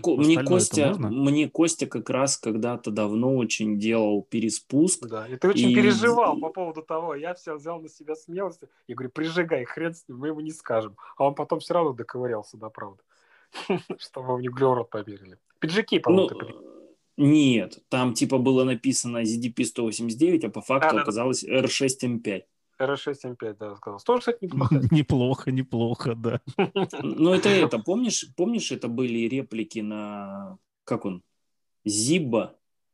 Костя как раз когда-то давно очень делал переспуск. Да, и ты очень переживал по поводу того. Я все взял на себя смелость. Я говорю, прижигай, хрен с ним, мы ему не скажем. А он потом все равно доковырялся до правды. Чтобы в углерод померили. Пиджаки, по-моему, нет, там типа было написано ZDP-189, а по факту оказалось R6M5. R6M5, да, сказал. Тоже, кстати, неплохо. Неплохо, да. Ну, это, помнишь, это были реплики на, как он, Zibba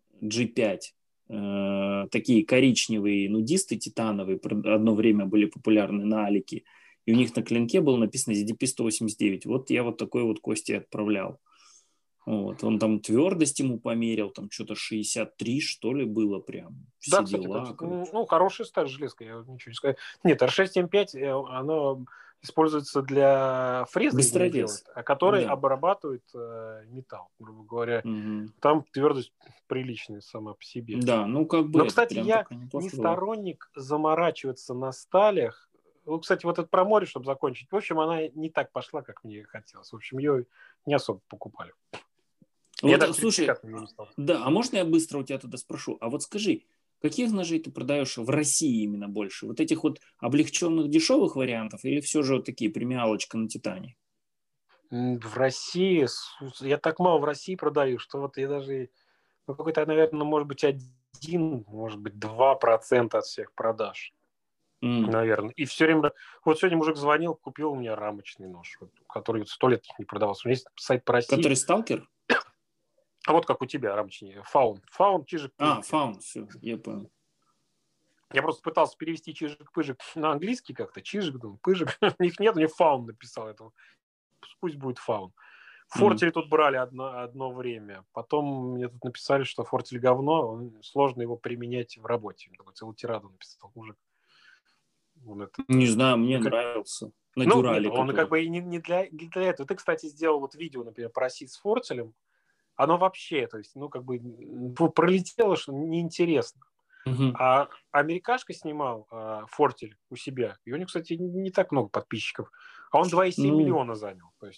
G5. Такие коричневые нудисты титановые, одно время были популярны на Алике. И у них на клинке было написано ZDP-189. Вот я вот такой вот Косте отправлял. Вот. Он там твердость ему померил, там что-то 63, что ли, было прям. Все да, дела, кстати, ну, хорошая сталь железка, я ничего не скажу. Нет, R6M5, оно используется для фрезы, который обрабатывает металл, грубо говоря. Там твердость приличная сама по себе. Да, ну как бы. Но, кстати, я не сторонник заморачиваться на сталях. Ну, кстати, вот это про море, чтобы закончить. В общем, она не так пошла, как мне хотелось. В общем, ее не особо покупали. Вот, слушай, да, а можно я быстро у тебя тогда спрошу? А вот скажи, каких ножей ты продаешь в России именно больше? Вот этих вот облегченных дешевых вариантов или все же вот такие премиалочка на Титане? В России, я так мало в России продаю, что вот я даже, ну, какой-то, наверное, может быть 1, может быть 2% от всех продаж. Наверное. И все время... Вот сегодня мужик звонил, купил у меня рамочный нож, который 100 лет не продавался. У меня есть сайт по России. Который сталкер? А вот как у тебя, рамочный. Фаун, чижик. Фаун, все, я понял. Я просто пытался перевести чижик-пыжик на английский как-то. Чижик, думаю, пыжик. У них нет, мне фаун написал этого. Пусть будет фаун. Фортель тут брали одно время. Потом мне тут написали, что фортель говно, сложно его применять в работе. Целую тираду написал мужик. Не знаю, мне нравился. На дюрале. Он как бы и не для этого. Ты, кстати, сделал вот видео, например, про сит с фортелем. Оно вообще, то есть, ну, как бы пролетело, что неинтересно. А америкашка снимал фортель у себя, и у него, кстати, не так много подписчиков, а он 2,7 миллиона занял. То есть...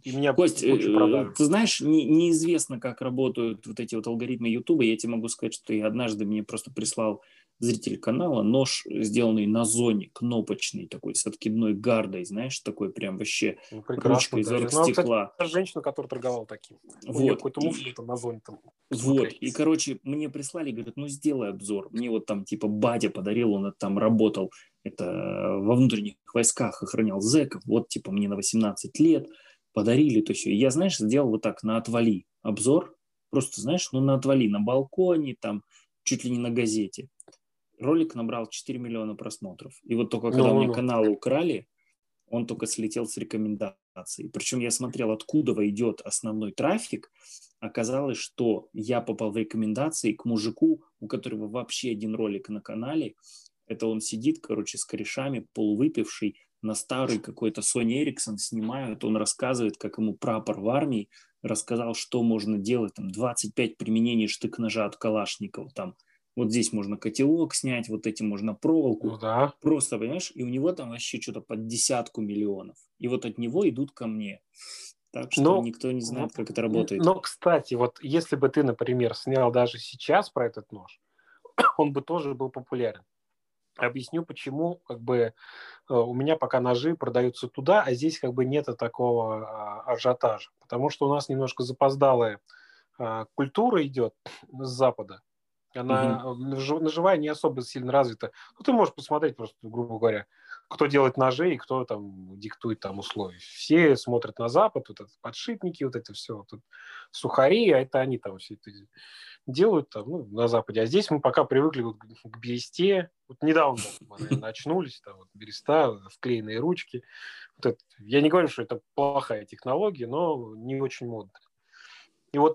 И меня Кость, кучу продажи. ты знаешь, неизвестно, как работают вот эти вот алгоритмы Ютуба. Я тебе могу сказать, что однажды мне просто прислал зритель канала нож, сделанный на зоне, кнопочный такой, с откидной гардой, знаешь, такой прям вообще ручкой из оргстекла. Кстати, женщину, которая торговала таким. Вот. У нее какой-то муж там на зоне там. Вот, и, короче, мне прислали, говорят, ну, сделай обзор. Мне вот там, типа, батя подарил, он там работал, это во внутренних войсках охранял зэков, вот, типа, мне на 18 лет подарили, то есть, я, знаешь, сделал вот так на отвали обзор, просто, знаешь, ну, на отвали, на балконе, там, чуть ли не на газете. Ролик набрал 4 миллиона просмотров. И вот только когда у меня канал украли, он только слетел с рекомендаций. Причем я смотрел, откуда идет основной трафик. Оказалось, что я попал в рекомендации к мужику, у которого вообще один ролик на канале. Это он сидит, короче, с корешами, полувыпивший, на старый какой-то Sony Ericsson снимают. Он рассказывает, как ему прапор в армии рассказал, что можно делать. Там 25 применений штык-ножа от Калашникова. Там вот здесь можно котелок снять, вот этим можно проволоку. Ну, да. Просто, понимаешь, и у него там вообще что-то под 10 миллионов. И вот от него идут ко мне. Так что никто не знает, как это работает. Но, кстати, вот если бы ты, например, снял даже сейчас про этот нож, он бы тоже был популярен. Объясню, почему как бы у меня пока ножи продаются туда, а здесь как бы нет такого ажиотажа. Потому что у нас немножко запоздалая культура идет с Запада. Она ножевая не особо сильно развита. Ну, ты можешь посмотреть просто, грубо говоря, кто делает ножи и кто там диктует там условия. Все смотрят на Запад, вот это подшипники, вот это все, вот сухари, а это они там все это делают там, ну, на Западе. А здесь мы пока привыкли вот к бересте. Вот недавно мы, наверное, очнулись, там вот береста, вклеенные ручки. Вот это. Я не говорю, что это плохая технология, но не очень модно. И вот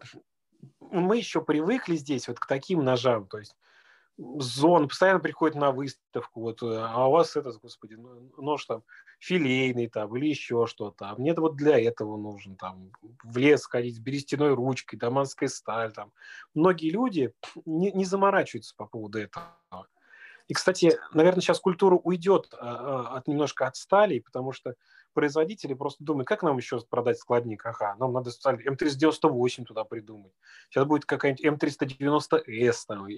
мы еще привыкли здесь вот к таким ножам, то есть зон постоянно приходит на выставку, вот, а у вас это, господи, нож там филейный там или еще что-то, а мне вот для этого нужен там в лес ходить с берестяной ручкой, даманская сталь там. Многие люди не заморачиваются по поводу этого. И, кстати, наверное, сейчас культура уйдет немножко от стали, потому что производители просто думают, как нам еще продать складник? Ага, нам надо сталь М398 туда придумать. Сейчас будет какая-нибудь М390С там,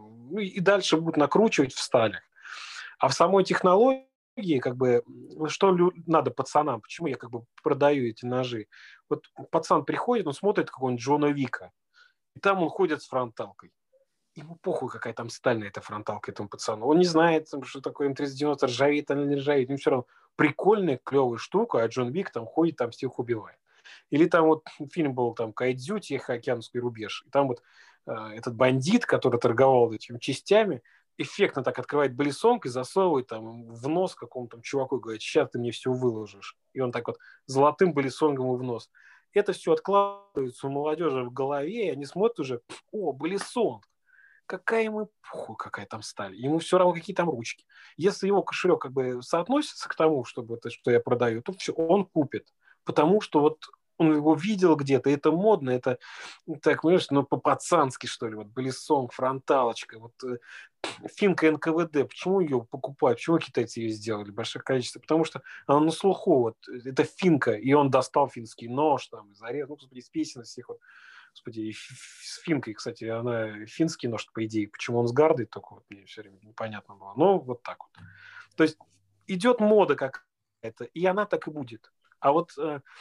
и дальше будут накручивать в сталях. А в самой технологии, как бы, что надо пацанам? Почему я как бы продаю эти ножи? Вот пацан приходит, он смотрит какого-нибудь Джона Вика, и там он ходит с фронталкой. Ему похуй, какая там сталь на этой фронталке этому пацану. Он не знает, что такое М390, ржавеет или не ржавеет. Ему все равно прикольная, клевая штука, а Джон Вик там ходит, там всех убивает. Или там вот фильм был там «Кайдзю. Тихоокеанский рубеж». И там вот этот бандит, который торговал этими частями, эффектно так открывает блесонг и засовывает там в нос какому-то там чуваку и говорит: сейчас ты мне все выложишь. И он так вот золотым блесонгом в нос. Это все откладывается у молодежи в голове, и они смотрят уже: о, блесонг. Какая ему похуй, какая там сталь. Ему все равно, какие там ручки. Если его кошелек как бы соотносится к тому, чтобы это, что я продаю, то все, он купит. Потому что вот он его видел где-то, это модно, это, так, понимаешь, ну, по-пацански, что ли, вот, блесонг, фронталочка, вот, финка НКВД, почему ее покупают, почему китайцы ее сделали, большое количество, потому что она на слуху, вот, это финка, и он достал финский нож, там, зарез, ну, господи, из песен всех, вот, господи, с финкой, кстати, она финский нож, по идее, почему он с гардой, только вот мне все время непонятно было, но вот так вот. То есть идет мода какая-то, и она так и будет. А вот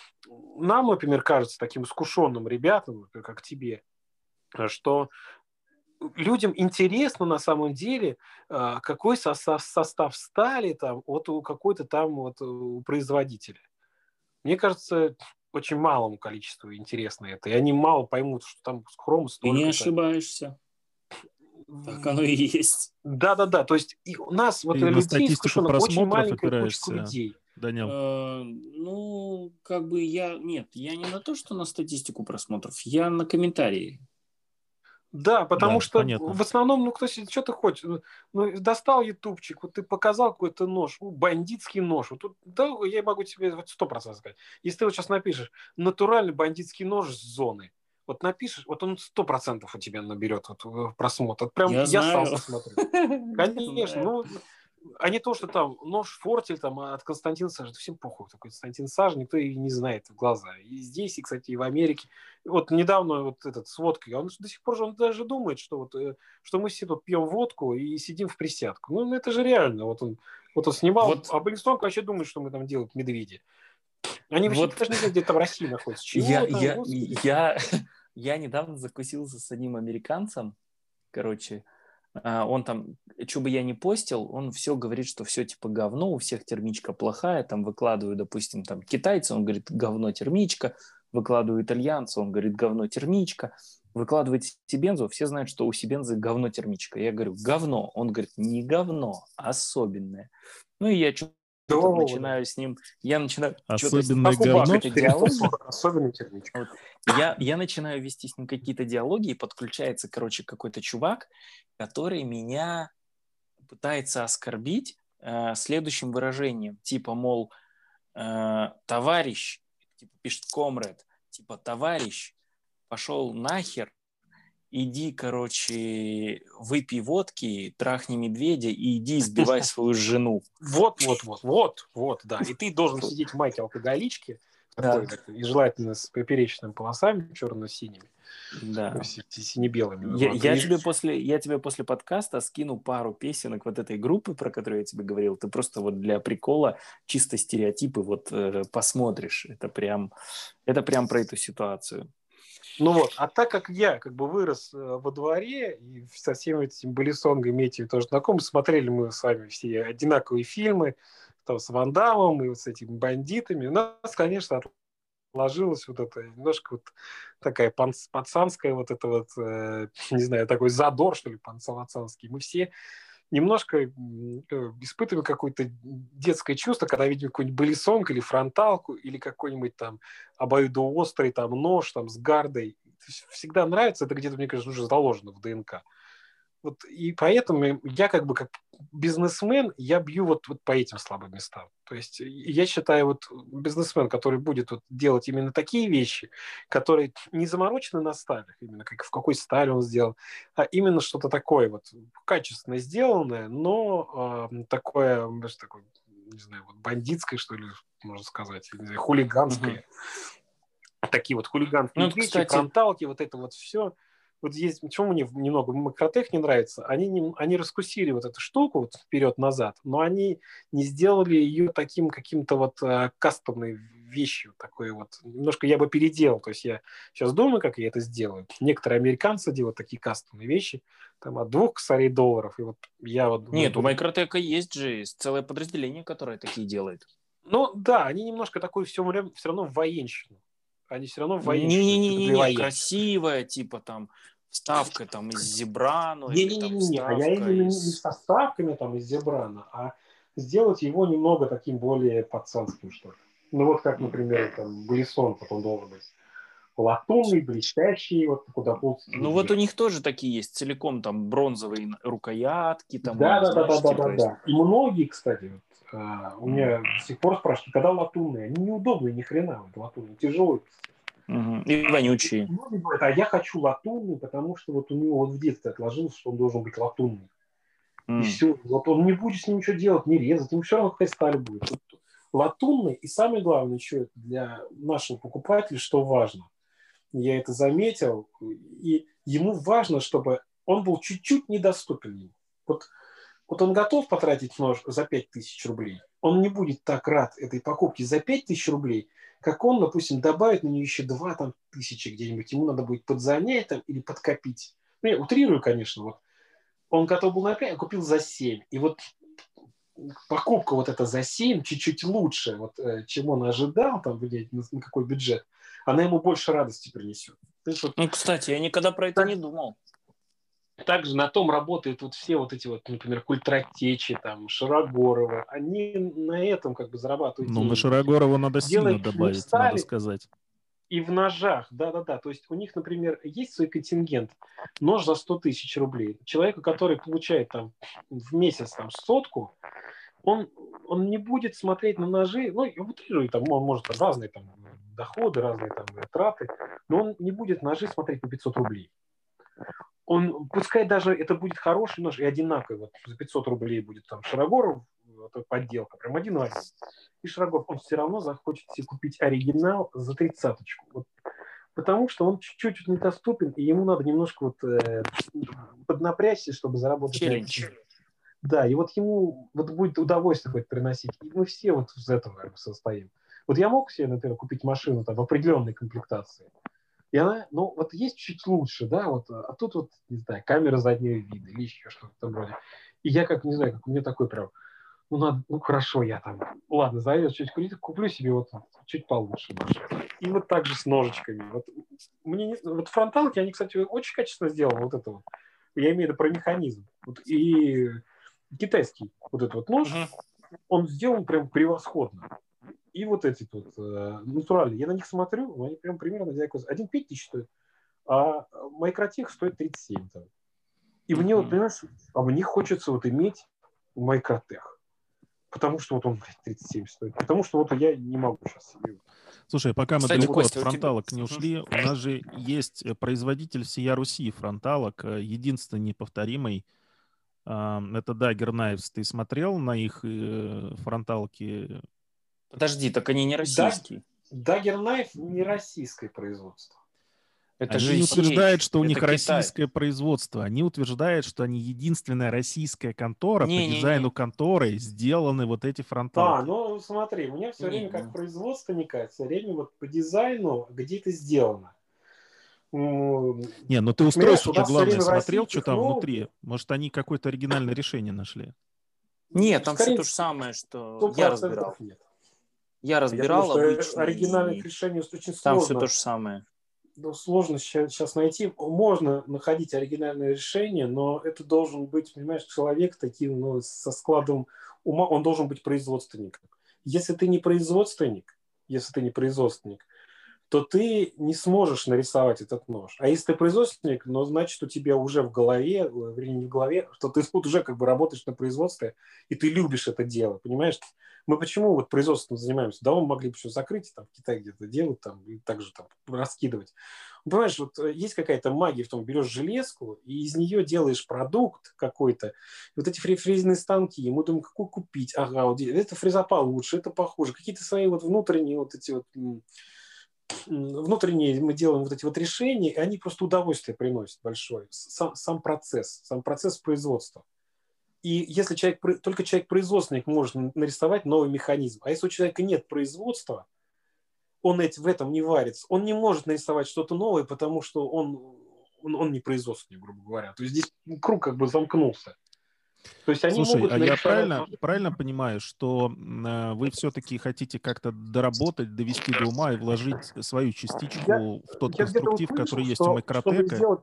нам, например, кажется, таким искушенным ребятам, как тебе, что людям интересно на самом деле, какой состав стали там вот у какой-то там вот у производителя. Мне кажется, очень малому количеству интересно это. И они мало поймут, что там хром столько. Ты не ошибаешься. Так оно и есть. Да-да-да. То есть и у нас вот людей искушенных очень маленькая кучка людей. Данил. Ну, как бы нет, я не на то, что на статистику просмотров, я на комментарии. Да, потому что понятно. В основном, ну, кто что ты хочешь? Ну, достал ютубчик, вот ты показал какой-то нож, бандитский нож. Вот тут, да, я могу тебе вот 100% сказать. Если ты вот сейчас напишешь натуральный бандитский нож с зоны, вот напишешь, вот он 100% у тебя наберет вот просмотр. Вот прям я сам посмотрю. Конечно, ну, А не то, что там нож фортель там от Константина Сажа, всем похуй. Такой Константин Сажа, никто и не знает в глаза. И здесь, и, кстати, и в Америке. Вот недавно вот этот с водкой, он до сих пор же он даже думает, что, вот, что мы все тут пьем водку и сидим в присядку. Ну, это же реально. Вот он снимал, Вот. а Блинстонг вообще думает, что мы там делаем медведи. Они вообще даже не знают, где там Россия находится. Чего я недавно закусился с одним американцем, короче, он там, что бы я ни постил, он все говорит, что все типа говно, у всех термичка плохая, там выкладываю, допустим, там китайцы, он говорит, говно термичка, выкладываю итальянца, он говорит, говно термичка, выкладывает Сибензу, все знают, что у Сибензы говно термичка. Я говорю, говно. Он говорит, не говно, особенное. Ну и я что-то начинаю с ним, я начинаю особенное говно, особенный термичка. Вот. Я начинаю вести с ним какие-то диалоги, и подключается, короче, какой-то чувак, который меня пытается оскорбить следующим выражением, типа, мол, товарищ, типа, пишет комрад, типа, товарищ, пошел нахер, иди, короче, выпей водки, трахни медведя и иди избивай свою жену. Вот, да. И ты должен сидеть в майке алкоголички, и желательно с поперечными полосами черно-синими. Да. Сине-белыми. Я тебе после подкаста скину пару песенок вот этой группы, про которую я тебе говорил. Ты просто вот для прикола чисто стереотипы вот посмотришь. Это прям про эту ситуацию. Ну вот, а так как я как бы вырос во дворе и со всеми этими Блинстонгами этими тоже знакомы, смотрели мы с вами все одинаковые фильмы там, с Ван Даммом и вот с этими бандитами, у нас, конечно, отложилась вот это немножко вот такая пацанская вот это вот, не знаю, такой задор, что ли, пацанский. Мы все немножко испытываем какое-то детское чувство, когда видим какой-нибудь Блинстонг или фронталку, или какой-нибудь там обоюдоострый там нож там с гардой. Всегда нравится, это где-то, мне кажется, уже заложено в ДНК. Вот, и поэтому я как бы как бизнесмен, я бью вот по этим слабым местам. То есть я считаю, вот бизнесмен, который будет вот делать именно такие вещи, которые не заморочены на сталях, именно как в какой стали он сделал, а именно что-то такое вот качественно сделанное, но такое, не знаю, вот бандитское, что ли, можно сказать, не знаю, хулиганское. Такие вот хулиганские вещи, кстати, фронталки, вот это вот все. Вот здесь, почему мне немного Макротех не нравится, они раскусили вот эту штуку вот вперед-назад, но они не сделали ее таким каким-то вот кастомной вещью, такой вот, немножко я бы переделал, то есть я сейчас думаю, как я это сделаю. Некоторые американцы делают такие кастомные вещи, там от $2 и вот я вот... Нет, у Макротека есть же целое подразделение, которое такие делает. Ну да, они немножко такое все равно в военщину. Они все равно военщины. Не-не-не, красивая, типа там вставка там из зебрана. Не-не-не, а я именно не со вставками там из зебрана, а сделать его немного таким более пацанским, что ли. Ну вот как, например, там Блинстонг потом должен быть латунный, блестящий, вот куда ползти. Ну вот у них тоже такие есть, целиком там бронзовые рукоятки. Там, да. И многие, кстати, у меня до сих пор спрашивают, когда латунные? Они неудобные, ни хрена, латунные, тяжелые. И вонючие. А я хочу латунный, потому что вот у него вот в детстве отложилось, что он должен быть латунный. И все. Вот он не будет с ним ничего делать, не резать, ему все равно какая сталь будет. Вот латунный, и самое главное еще для нашего покупателя, что важно. Я это заметил, и ему важно, чтобы он был чуть-чуть недоступен ему. Вот он готов потратить нож за 5000 рублей. Он не будет так рад этой покупке за 5000 рублей, как он, допустим, добавит на нее еще 2000 где-нибудь. Ему надо будет подзанять там, или подкопить. Ну, я утрирую, конечно. Вот. Он готов был на 5, а купил за 7. И вот покупка вот эта за 7 чуть-чуть лучше, вот, чем он ожидал, там, на какой бюджет, она ему больше радости принесет. Ну, кстати, я никогда про это не думал. Также на том работают вот все вот эти вот, например, Культротечи, там, Широгорова. Они на этом как бы зарабатывают деньги. На Широгорову надо сильно добавить, надо сказать. И в ножах, да. То есть у них, например, есть свой контингент. Нож за 100 000 рублей. Человеку, который получает там в месяц там 100, он не будет смотреть на ножи, ну, там, он может там разные там доходы, разные там траты, но он не будет ножи смотреть по 500 рублей. он, пускай даже это будет хороший нож и одинаковый, вот за 500 рублей будет там Широгоров, подделка, прям один в один. И Широгоров, он все равно захочет себе купить оригинал за 30-очку. Вот, потому что он чуть-чуть недоступен, и ему надо немножко вот поднапрячься, чтобы заработать. Челлендж. Да, и вот ему вот будет удовольствие хоть приносить. И мы все вот из этого состоим. Вот я мог себе, например, купить машину там, в определенной комплектации. И она, ну, вот есть чуть лучше, да, вот, а тут вот, не знаю, камера заднего вида или еще что-то там вроде. И я как, не знаю, как у меня такой прям, ну, надо, ну, хорошо, я там, ладно, завез чуть куплю себе вот чуть получше машину. И вот так же с ножичками. Вот, мне, вот фронталки, они, кстати, очень качественно сделаны, вот это вот. Я имею в виду про механизм. Вот, и китайский вот этот вот нож, он сделан прям превосходно. И вот эти вот натуральные. Я на них смотрю, но они прям примерно одинаковые. Один 5 тысяч стоит, а Майкротех стоит 37. Там. И мне вот, понимаешь, а мне хочется вот иметь Майкротех. Потому что вот он, блядь, 37 стоит. Потому что вот я не могу сейчас себе. Слушай, пока мы Кстати, далеко Костя, от фронталок не ушли, у нас же есть производитель всея Руси фронталок, единственный неповторимый. Это Dagger Knives. Ты смотрел на их фронталки? Подожди, так они не российские. Dagger Knife не российское производство. Это они не утверждают, что у них российское производство. Они утверждают, что они единственная российская контора, по дизайну конторы сделаны вот эти фронталки. Ну смотри, мне все время как производственника, все время вот по дизайну где-то сделано. Не, ну ты устройство-то главное смотрел, что там внутри? Может, они какое-то оригинальное решение нашли? Нет, там все то же самое, что я разбирал. Нет. Я разбирал обычно. Оригинальных решений очень сложно. Там все то же самое. Сложно сейчас найти. Можно находить оригинальное решение, но это должен быть, понимаешь, человек таким, ну, со складом ума, он должен быть производственником. Если ты не производственник, то ты не сможешь нарисовать этот нож. А если ты производственник, ну, значит, у тебя уже в голове, не в голове, что ты тут уже как бы работаешь на производстве, и ты любишь это дело, понимаешь? Мы почему вот производством занимаемся? Да, мы могли бы еще закрыть, там, в Китае где-то делать, там, и также там раскидывать. Понимаешь, вот есть какая-то магия в том, берешь железку, и из нее делаешь продукт какой-то. И вот эти фрезерные станки, мы думаем, какой купить? Ага, вот это фреза получше, это похуже. Какие-то свои вот внутренние вот эти вот... Внутренние мы делаем вот эти вот решения, и они просто удовольствие приносят большое. Сам процесс производства. И если только человек-производственник может нарисовать новый механизм, а если у человека нет производства, он в этом не варится, он не может нарисовать что-то новое, потому что он не производственник, грубо говоря. То есть здесь круг как бы замкнулся. То есть они Слушай, могут я правильно понимаю, что вы все-таки хотите как-то доработать, довести до ума и вложить свою частичку в тот конструктив, который есть у Майкротека?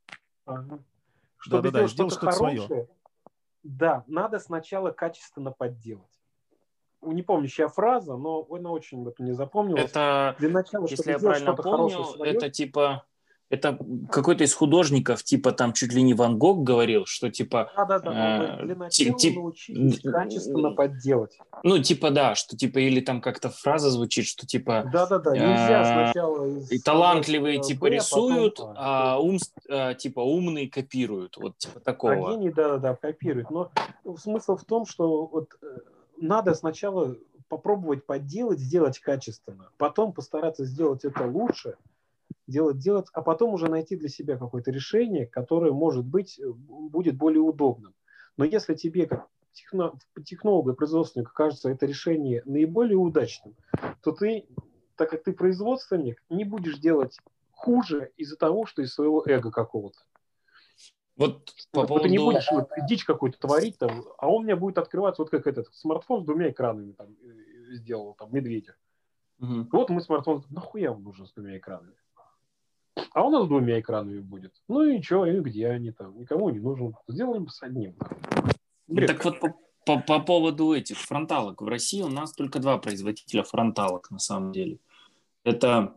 Чтобы сделать что-то хорошее, свое. Да, надо сначала качественно подделать. Не помню, чья фраза, но она очень не запомнилась. Это, для начала, если я правильно помню, это типа... Это какой-то из художников, типа там чуть ли не Ван Гог говорил, что типа... Для начала научитесь качественно подделать. Ну, типа, да, что типа, или там как-то фраза звучит, что типа... нельзя сначала... Талантливые типа рисуют, а типа умные копируют, вот типа такого. А гений, копируют. Но смысл в том, что вот надо сначала попробовать подделать, сделать качественно, потом постараться сделать это лучше, делать, а потом уже найти для себя какое-то решение, которое, может быть, будет более удобным. Но если тебе, как технологу и производственнику, кажется это решение наиболее удачным, то ты, так как ты производственник, не будешь делать хуже из-за того, что из своего эго какого-то. Вот по поводу... Ты не будешь дичь какую-то творить, там, а он у меня будет открываться, вот как этот смартфон с 2 экранами там, сделал, там, медведя. Угу. Вот мы смартфон, нахуя он нужен с 2 экранами? А у нас с 2 экранами будет. Ну и что, и где они там? Никому не нужен. Сделаем с одним. Ну, так вот по поводу этих фронталок. В России у нас только 2 производителя фронталок на самом деле. Это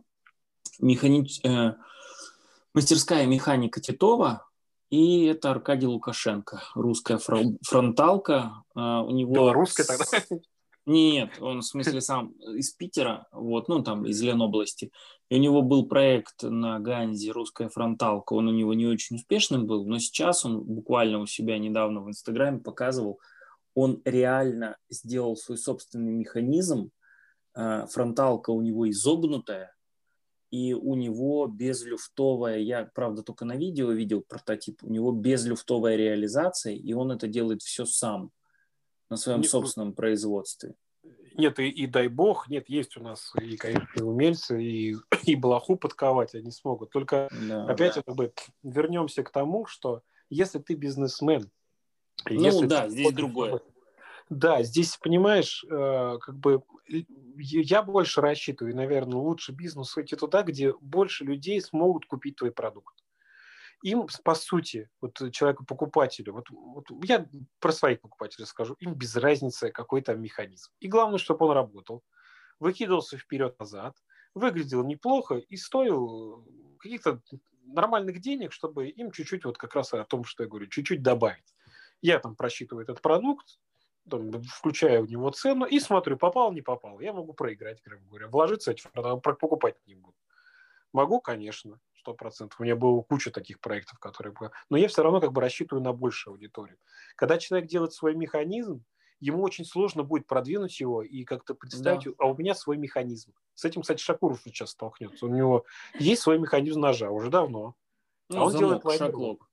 мастерская механика Титова и это Аркадий Лукашенко. Русская фронталка. У него... Белорусская тогда? Нет, он, в смысле, сам из Питера, вот, ну, там, из Ленобласти. И у него был проект на Ганзе «Русская фронталка». Он у него не очень успешным был, но сейчас он буквально у себя недавно в Инстаграме показывал, он реально сделал свой собственный механизм. Фронталка у него изогнутая, и у него безлюфтовая, я, правда, только на видео видел прототип, у него безлюфтовая реализация, и он это делает все сам на своем собственном производстве. Нет, и дай бог, нет, есть у нас и, конечно, и умельцы, и блоху подковать они смогут. Только опять вернемся к тому, что если ты бизнесмен... Ну да, здесь другое. Да, здесь, понимаешь, как бы я больше рассчитываю, наверное, лучше бизнес идти туда, где больше людей смогут купить твой продукт. Им, по сути, вот человеку-покупателю, вот я про своих покупателей скажу, им без разницы, какой там механизм. И главное, чтобы он работал, выкидывался вперед-назад, выглядел неплохо и стоил каких-то нормальных денег, чтобы им чуть-чуть, вот как раз о том, что я говорю, чуть-чуть добавить. Я там просчитываю этот продукт, там, включаю в него цену и смотрю, попал, не попал. Я могу проиграть, грубо говоря, вложиться, эти покупать не буду. Могу, конечно, 100%. У меня было куча таких проектов, которые... Но я все равно как бы рассчитываю на большую аудиторию. Когда человек делает свой механизм, ему очень сложно будет продвинуть его и как-то представить, а у меня свой механизм. С этим, кстати, Шакуров сейчас столкнется. У него есть свой механизм ножа уже давно. Ну, а он делает лайнер-лок.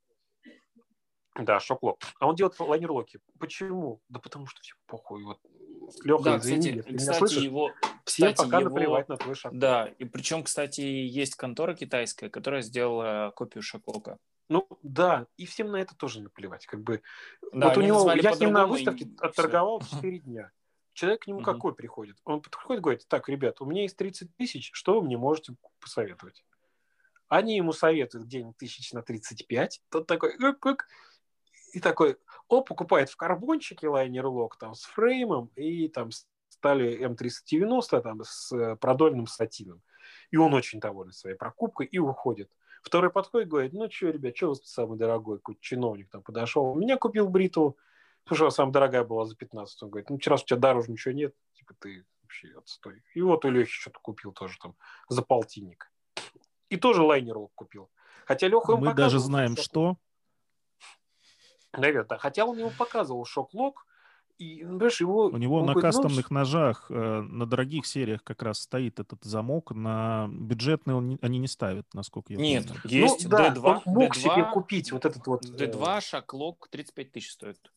Да, шок-лок. А он делает лайнер-локи. Почему? Да потому что все похуй. Вот. Леха, да, извини, кстати, его... Всем пока наплевать на твой шок-лок. Да, и причем, кстати, есть контора китайская, которая сделала копию шок-лока. Ну да, и всем на это тоже наплевать. Как бы, да, вот у него, я с ним на выставке отторговал 4 дня. Человек к нему какой приходит? Он подходит и говорит, так, ребят, у меня есть 30 тысяч, что вы мне можете посоветовать? Они ему советуют где-нибудь 35 тот такой, и такой, покупает в карбончике лайнер-лок там с фреймом и там стали М390 там с продольным сатином. И он очень доволен своей покупкой и уходит. Второй подходит и говорит, ну что, ребят, что у вас самый дорогой? Какой-то чиновник там подошел. Меня купил бритву. Слушай, самая дорогая была за 15. Он говорит, ну раз у тебя дороже ничего нет, типа ты вообще отстой. И вот у Лехи что-то купил тоже там за полтинник. И тоже лайнер-лок купил. Хотя Леха ему показывал. Мы даже знаем, что... Наверное, да. Хотя он ему показывал шок-лок, и, знаешь, его... У него на кастомных ножах, на дорогих сериях как раз стоит этот замок, на бюджетный они не ставят, насколько я помню. Нет, есть D2. Он мог себе купить вот этот вот... D2 шок-лок 35 тысяч стоит.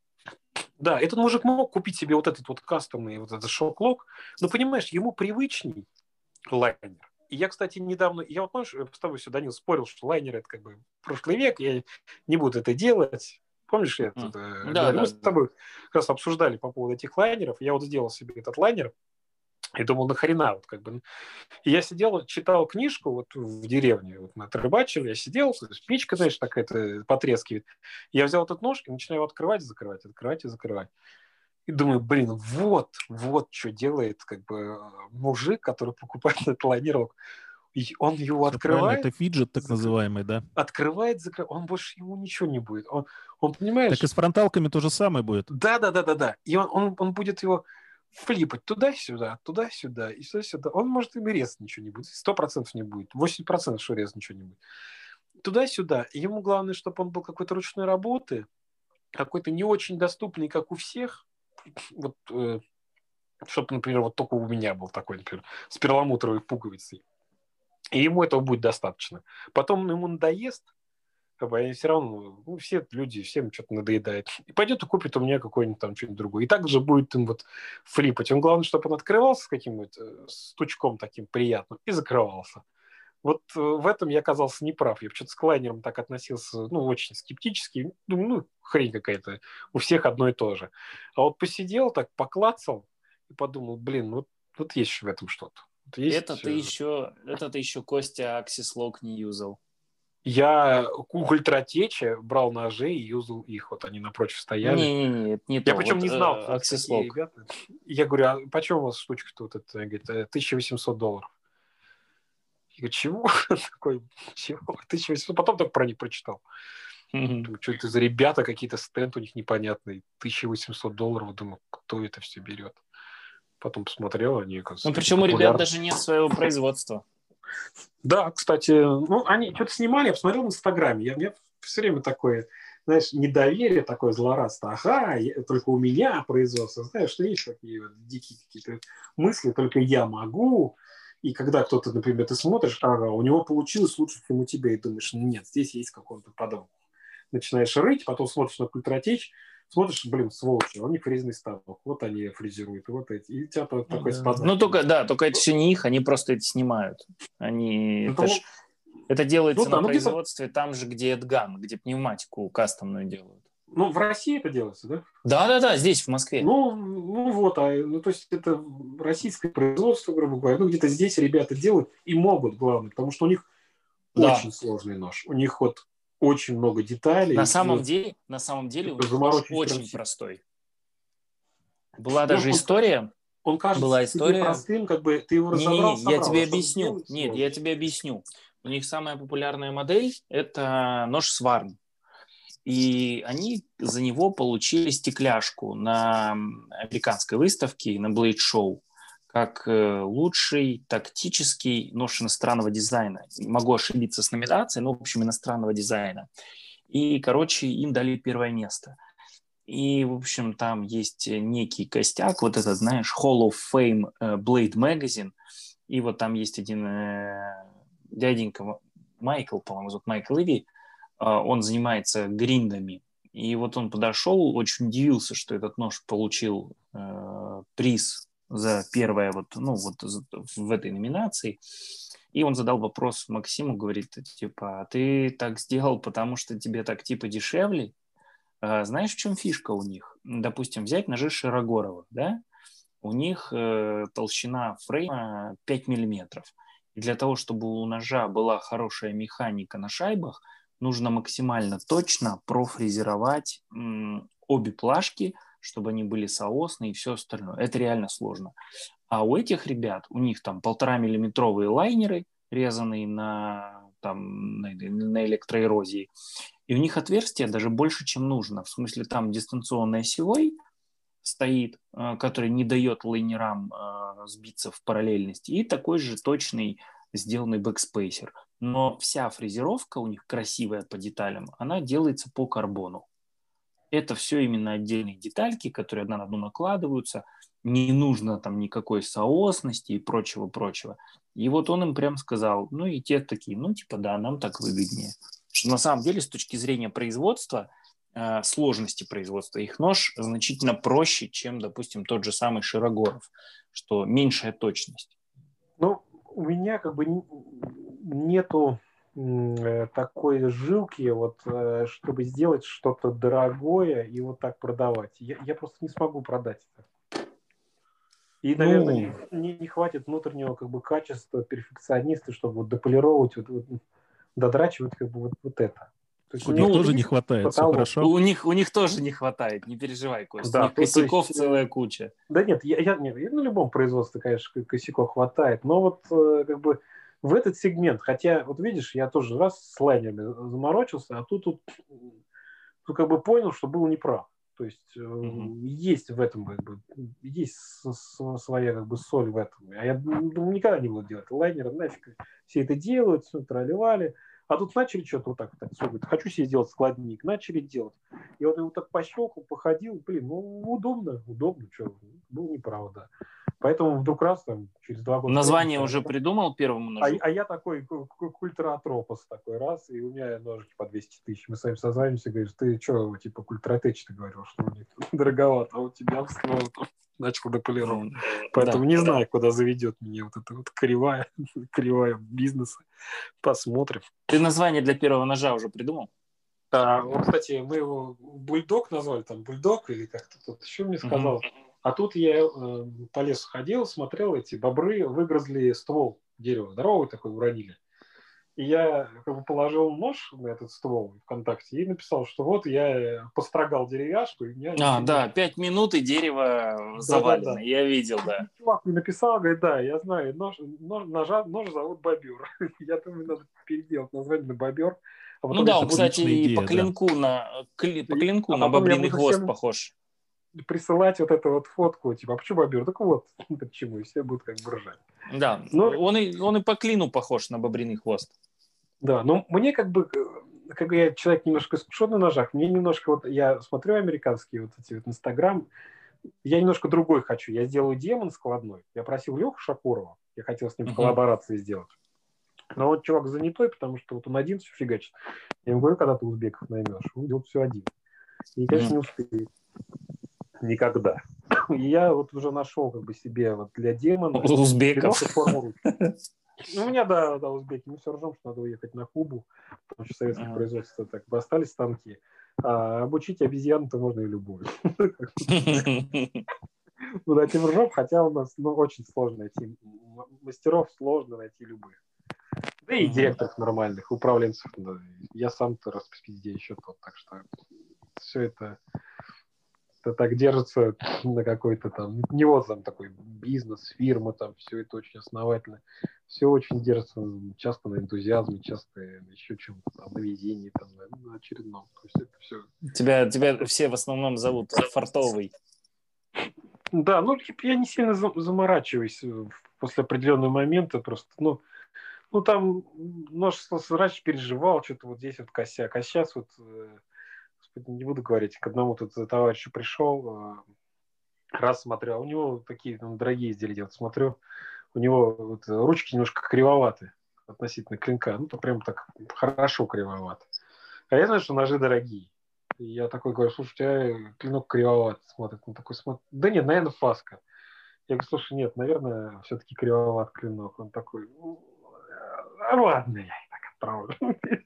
Да, этот мужик мог купить себе вот этот вот кастомный вот этот шок-лок, но, понимаешь, ему привычней лайнер. И я, кстати, недавно... Я вот, помнишь, с тобой, Данил, спорил, что лайнер — это как бы прошлый век, я не буду это делать. Помнишь, я мы с тобой как раз обсуждали по поводу этих лайнеров. Я вот сделал себе этот лайнер и думал, нахрена вот как бы. И я сидел, читал книжку вот в деревне, вот мы отрыбачили, я сидел, спичка, знаешь, такая-то потрескивает. Я взял этот нож и начинаю его открывать и закрывать, открывать и закрывать. И думаю, блин, вот что делает как бы мужик, который покупает этот лайнер. И он его открывает. Это фиджет так называемый, да? Открывает, закрывает. Он больше ему ничего не будет. Он понимаешь... Так и с фронталками то же самое будет. Да. И он будет его флипать туда-сюда, и сюда-сюда. Он, может, и резать ничего не будет. 100% не будет. 80% что резать ничего не будет. Туда-сюда. Ему главное, чтобы он был какой-то ручной работы, какой-то не очень доступный, как у всех. Вот, чтобы, например, вот только у меня был такой, например, с перламутровой пуговицей. И ему этого будет достаточно. Потом ему надоест, как бы, все равно, все люди, всем что-то надоедает. И пойдет и купит у меня какой-нибудь там что-нибудь другое. И так же будет им вот флипать. Он главное, чтобы он открывался с каким-нибудь стучком таким приятным и закрывался. Вот в этом я оказался неправ. Я что-то с лайнером так относился, очень скептически. Думаю, хрень какая-то. У всех одно и то же. А вот посидел так, поклацал и подумал, блин, вот есть в этом что-то. Есть... Это ты еще Костя Аксислок не юзал. Я у Ультратеча брал ножи и юзал их. Вот они напротив стояли. Не я причем не знал, кто Аксислок. Ребята. Я говорю, а почем у вас штучка-то вот эта? Он говорит, $1800. Я говорю, чего? Такой, чего? 1800. Потом только про них прочитал. Думаю, что это за ребята, какие-то стенд у них непонятные. $1800. Думаю, кто это все берет? потом посмотрел, они, оказывается, причем у ребят даже нет своего производства. Да, кстати, они что-то снимали, я посмотрел в Инстаграме, я все время такое, знаешь, недоверие, такое злорадство. Ага, только у меня производство. Знаешь, что есть такие вот дикие какие-то мысли, только я могу. И когда кто-то, например, ты смотришь, ага, у него получилось лучше, чем у тебя, и думаешь, нет, здесь есть какой-то подвох. Начинаешь рыть, потом смотришь на Культратеч, смотришь, сволочи, у них фрезерный станок, вот они фрезеруют, вот эти, и у тебя такой спадает. Только это все не их, они просто это снимают. Это делается на производстве там же, где Эдган, где пневматику кастомную делают. В России это делается, да? Да, здесь, в Москве. То есть это российское производство, грубо говоря. Где-то здесь ребята делают и могут, главное, потому что у них очень сложный нож. У них очень много деталей. На самом деле у них нож очень простой. Была даже история. Он кажется тебе простым, ты его разобрал, я тебе объясню. У них самая популярная модель – это нож Сварн. И они за него получили стекляшку на американской выставке, на Blade Show, как лучший тактический нож иностранного дизайна. Могу ошибиться с номинацией, но, в общем, иностранного дизайна. И, им дали первое место. И, в общем, там есть некий костяк, вот этот, знаешь, Hall of Fame Blade Magazine. И вот там есть один дяденька Майкл, по-моему, зовут Майкл Иви. Он занимается гриндами. И вот он подошел, очень удивился, что этот нож получил приз за первое в этой номинации. И он задал вопрос Максиму, говорит, а ты так сделал, потому что тебе так дешевле? Знаешь, в чем фишка у них? Допустим, взять ножи Широгорова, да? У них толщина фрейма 5 миллиметров. И для того, чтобы у ножа была хорошая механика на шайбах, нужно максимально точно профрезеровать обе плашки, чтобы они были соосные и все остальное. Это реально сложно. А у этих ребят, у них там 1,5-миллиметровые лайнеры, резанные на электроэрозии, и у них отверстие даже больше, чем нужно. В смысле, там дистанционный осевой стоит, который не дает лайнерам сбиться в параллельности, и такой же точный сделанный бэкспейсер. Но вся фрезеровка у них красивая по деталям, она делается по карбону. Это все именно отдельные детальки, которые одна на одну накладываются. Не нужно там никакой соосности и прочего-прочего. И вот он им прям сказал, и те такие, да, нам так выгоднее. Что на самом деле с точки зрения производства, сложности производства, их нож значительно проще, чем, допустим, тот же самый Широгоров, что меньшая точность. У меня нету такой жилки, чтобы сделать что-то дорогое и вот так продавать. Я просто не смогу продать это. И, наверное, не хватит внутреннего качества перфекциониста, чтобы дополировать, додрачивать вот это. У них тоже не хватает, все хорошо. У них тоже не хватает, не переживай, Костя. У них косяков целая куча. Да нет, я на любом производстве, конечно, косяков хватает, но в этот сегмент, хотя, видишь, я тоже раз с лайнерами заморочился, а тут понял, что был неправ. То есть есть в этом есть своя соль в этом. А я никогда не буду делать лайнеры, нафиг все это делают, все тролливали. А тут начали что-то вот так говорит, хочу себе сделать складник, начали делать. И его так пощелкал, походил, удобно, что, был неправ, да. Поэтому вдруг раз через 2 года... Название уже придумал первому ножу? А я такой культратропос такой раз, и у меня ножики по 200 тысяч. Мы с вами созваниваемся, говоришь, ты что, культратеч, ты говорил, что у них дороговато, а у тебя начал дополировать. Поэтому не знаю, куда заведет меня вот эта кривая бизнеса. Посмотрим. Ты название для первого ножа уже придумал? Кстати, мы его бульдог назвали, там бульдог или как-то тут еще мне сказал. А тут я по лесу ходил, смотрел, эти бобры выгрызли ствол дерева, здоровый такой, уронили. И я положил нож на этот ствол ВКонтакте и написал, что вот я построгал деревяшку. И меня 5 минут и дерево завалено, я видел, да. Чувак мне написал, говорит, да, я знаю, нож зовут Бобер. Я думаю, надо переделать название на Бобер. Он, кстати, и по клинку на бобриный хвост похож. присылать вот эту вот фотку, типа, а почему бобер? Так вот, почему, и все будут как бы ржать. Да, он и по клину похож на бобриный хвост. Да, но мне как бы я человек немножко искушен на ножах, мне немножко вот, я смотрю американские вот эти вот Инстаграм, я немножко другой хочу. Я сделаю демон складной. Я просил Леху Шакурова, я хотел с ним коллаборации сделать. Но вот чувак занятой, потому что вот он один все фигачит. Я ему говорю, когда ты узбеков наймешь, он делает все один. И, конечно, не успеет. Никогда. И я вот уже нашел как бы себе вот для демона узбеков форму руки. Ну, у меня, да, узбеки. Мы все ржем, что надо уехать на Кубу, потому что советское производство так бы остались станки. А обучить обезьяну-то можно и любую. Ну, над этим ржем, хотя у нас очень сложно найти мастеров, сложно найти любых. Да и директоров нормальных, управленцев. Да. Я сам-то раз по пизде еще тот, так что все это так держится на какой-то там, не вот там такой бизнес, фирма, там все это очень основательно. Все очень держится часто на энтузиазме, часто еще чем-то там, на везении, там, на очередном. То есть это все... Тебя все в основном зовут Фартовый. Да, ну я не сильно заморачиваюсь после определенного момента, просто, ну там множество срач переживал, что-то вот здесь вот косяк. А сейчас вот, не буду говорить, к одному тут товарищу пришел, раз смотрел, у него такие дорогие изделия делают, смотрю, у него вот ручки немножко кривоваты относительно клинка, ну то прям так хорошо кривоваты. А я знаю, что ножи дорогие. И я такой говорю, слушай, у тебя клинок кривоват, смотрит, он такой смотрит, да нет, наверное, фаска. Я говорю, слушай, нет, наверное, все-таки кривоват клинок. Он такой, ладно, я и так отправлю.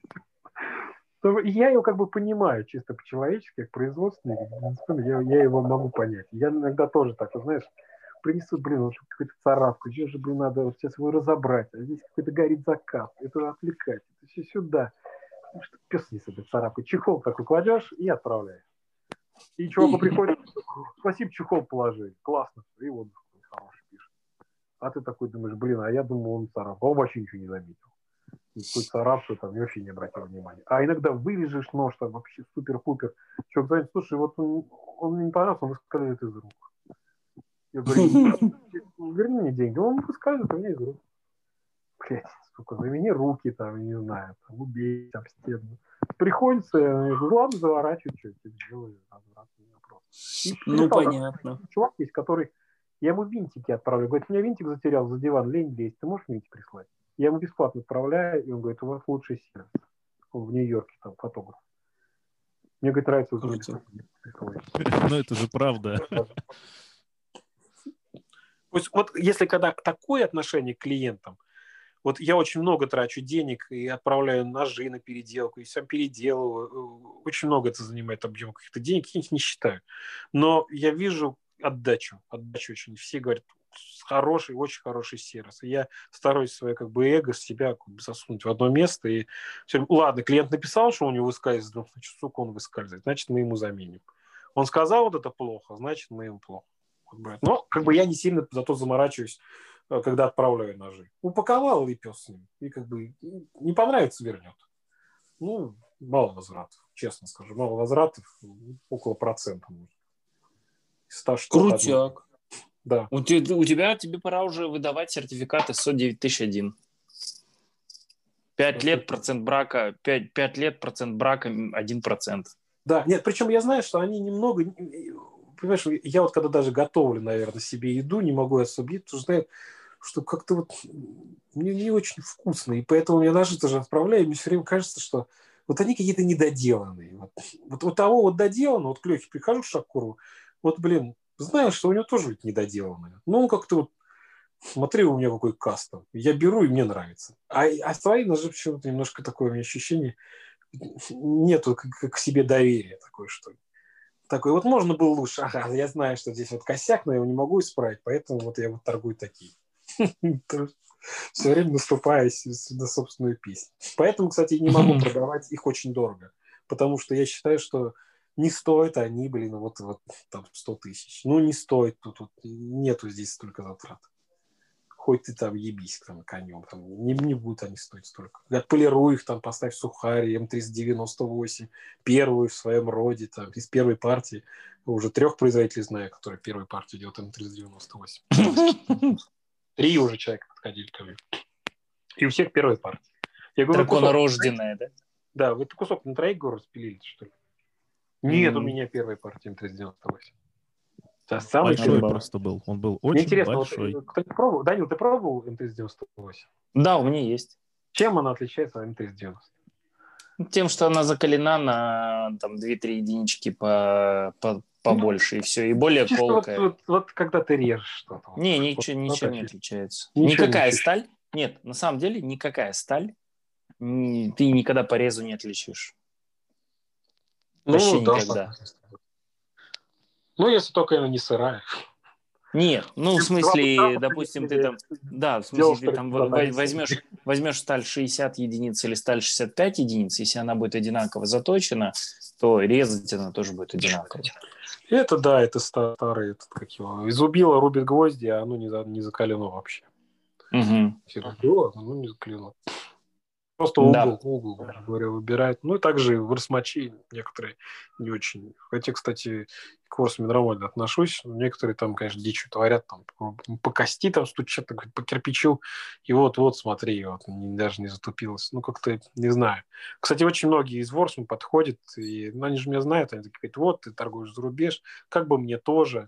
Я его как бы понимаю чисто по-человечески, как производственный, я его могу понять. Я иногда тоже так, знаешь, принесут, вот какую-то царапку, что же, надо сейчас его разобрать, а здесь какой-то горит заказ, это отвлекать, это все сюда. Ну, что пес не с этой царапкой. Чехол такой кладешь и отправляешь. И чуваку приходит, спасибо, чехол положили, классно, и вот хороший пишет. А ты такой думаешь, а я думал, он царапка, он вообще ничего не заметил. Никакой царапку там вообще не обратил внимания. А иногда вырежешь нож, там вообще супер-пупер. Человек говорит, слушай, вот он мне не понравился, он выскальзывает из рук. Я говорю, верни мне деньги. Он выскальзывает у меня из рук. Блядь, сука, замени руки там, не знаю, там, убей об стену. Приходится, я говорю, ладно, заворачивай, что тебе делаю, развратный вопрос. Ну, понятно. Чувак есть, который, я ему винтики отправлю. Говорит, у меня винтик затерял за диван, лень лезть, ты можешь винтик прислать? Я ему бесплатно отправляю, и он говорит, у вас лучший сервис. Он в Нью-Йорке, там, фотограф. Мне, говорит, нравится, вы бесплатно присылаете. Ну, это же правда. То есть, вот если когда такое отношение к клиентам, вот я очень много трачу денег и отправляю ножи на переделку, и сам переделываю. Очень много это занимает объем каких-то денег, я их не считаю. Но я вижу отдачу очень. Все говорят, хороший, очень хороший сервис. И я стараюсь свое как бы эго с себя как бы засунуть в одно место. И все, ладно, клиент написал, что у него выскальзывает, значит, сука, он выскальзывает, значит, мы ему заменим. Он сказал, вот это плохо, значит, мы ему плохо. Но как бы я не сильно зато заморачиваюсь, когда отправляю ножи. Упаковал и пес с ним. И как бы не понравится, вернет. Ну, мало возвратов, честно скажу. Мало возвратов, около процента. 100 штук. Крутяк. Да. Тебе пора уже выдавать сертификаты ISO 9001. 5 лет процент брака, 5 лет процент брака 1%. Да, нет, причем я знаю, что они немного... Понимаешь, я вот когда даже готовлю, наверное, себе еду, не могу особо есть, потому что знаю, что как-то вот мне не очень вкусно. И поэтому я ножи тоже отправляю, и мне все время кажется, что вот они какие-то недоделанные. Вот того вот доделанного, вот к Лехе прихожу к Шакурову, вот, знаю, что у него тоже ведь недоделанное. Но он как-то вот, смотри, у меня какой кастом. Я беру, и мне нравится. А свои ножи почему-то немножко такое у меня ощущение, нету к себе доверия такое, что ли. Такой, вот можно было лучше. Ага, я знаю, что здесь вот косяк, но я его не могу исправить, поэтому вот я вот торгую такие. Все время наступаю на собственную песню. Поэтому, кстати, не могу продавать их очень дорого, потому что я считаю, что не стоят они, вот там 100 тысяч. Ну, не стоит, тут нету здесь столько затрат. хоть ты там ебись там конем, там, не будут они стоить столько. Отполируй их, там, поставь Сухари, М398, первую в своем роде, там, из первой партии. Уже 3 производителей знаю, которые первой партии делают М398. 3 уже человека подходили ко мне. И у всех первой партии. Я говорю, драконорожденная, да? Да, вы кусок на троих гору распилили, что ли? Нет, у меня первая партия М398. Большой просто был. Он был очень интересно, большой. Вот, кто-нибудь пробовал? Данил, ты пробовал М398? Да, у меня есть. Чем она отличается от М390? Тем, что она закалена на там 2-3 единички побольше, и все, и более колкая. Вот когда ты режешь что-то. Не, ничем не отличается. Ничего никакая не сталь, нет, на самом деле никакая сталь ты никогда по резу не отличишь. Вообще никогда. Ну, если только она не сырая. Нет, ну, в смысле, допустим, ты там, да, в смысле, ты там возьмешь сталь 60 единиц или сталь 65 единиц, если она будет одинаково заточена, то резать она тоже будет одинаково. Это да, это старый, как его, из убила рубит гвозди, а оно не закалено вообще. Все было, оно не закалено. Просто угол, говоря, выбирает. Ну и также в росмачи некоторые не очень. Хотя, кстати, к ворсам нормально отношусь. Некоторые там, конечно, дичь творят, там по кости там стучат, по кирпичу. И вот смотри, вот даже не затупилось. Ну, как-то не знаю. Кстати, очень многие из ворсм подходят, и они же меня знают, они такие говорят, вот, ты торгуешь за рубеж, как бы мне тоже.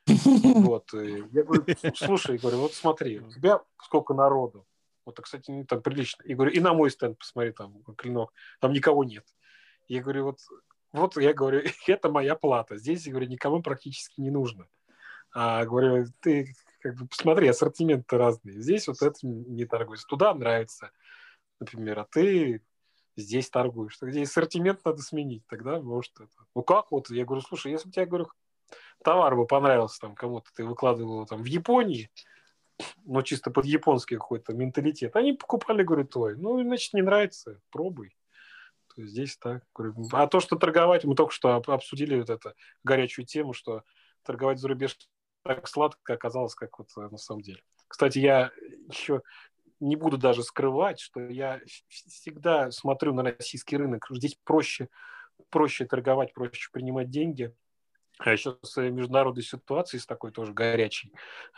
Вот. Я говорю, слушай, говорю, вот смотри, у тебя сколько народу. Вот, кстати, не так прилично. И говорю, и на мой стенд посмотри, там, клинок, там никого нет. Я говорю, вот я говорю, это моя плата. Здесь, я говорю, никому практически не нужно. А говорю, ты как бы посмотри, ассортимент-то разный. Здесь вот это не торгуется. Туда нравится, например, а ты здесь торгуешь. Здесь ассортимент надо сменить, тогда может это. Ну как вот? Я говорю, слушай, если бы тебе, говорю, товар бы понравился там кому-то, ты выкладывал его там в Японии, но чисто под японский какой-то менталитет. Они покупали, говорят, твой. Ну, значит, не нравится, пробуй. То есть здесь так. А то, что торговать, мы только что обсудили вот эту горячую тему, что торговать за рубеж так сладко оказалось, как вот на самом деле. Кстати, я еще не буду даже скрывать, что я всегда смотрю на российский рынок. Здесь проще торговать, проще принимать деньги. А еще с международной ситуацией, с такой тоже горячей,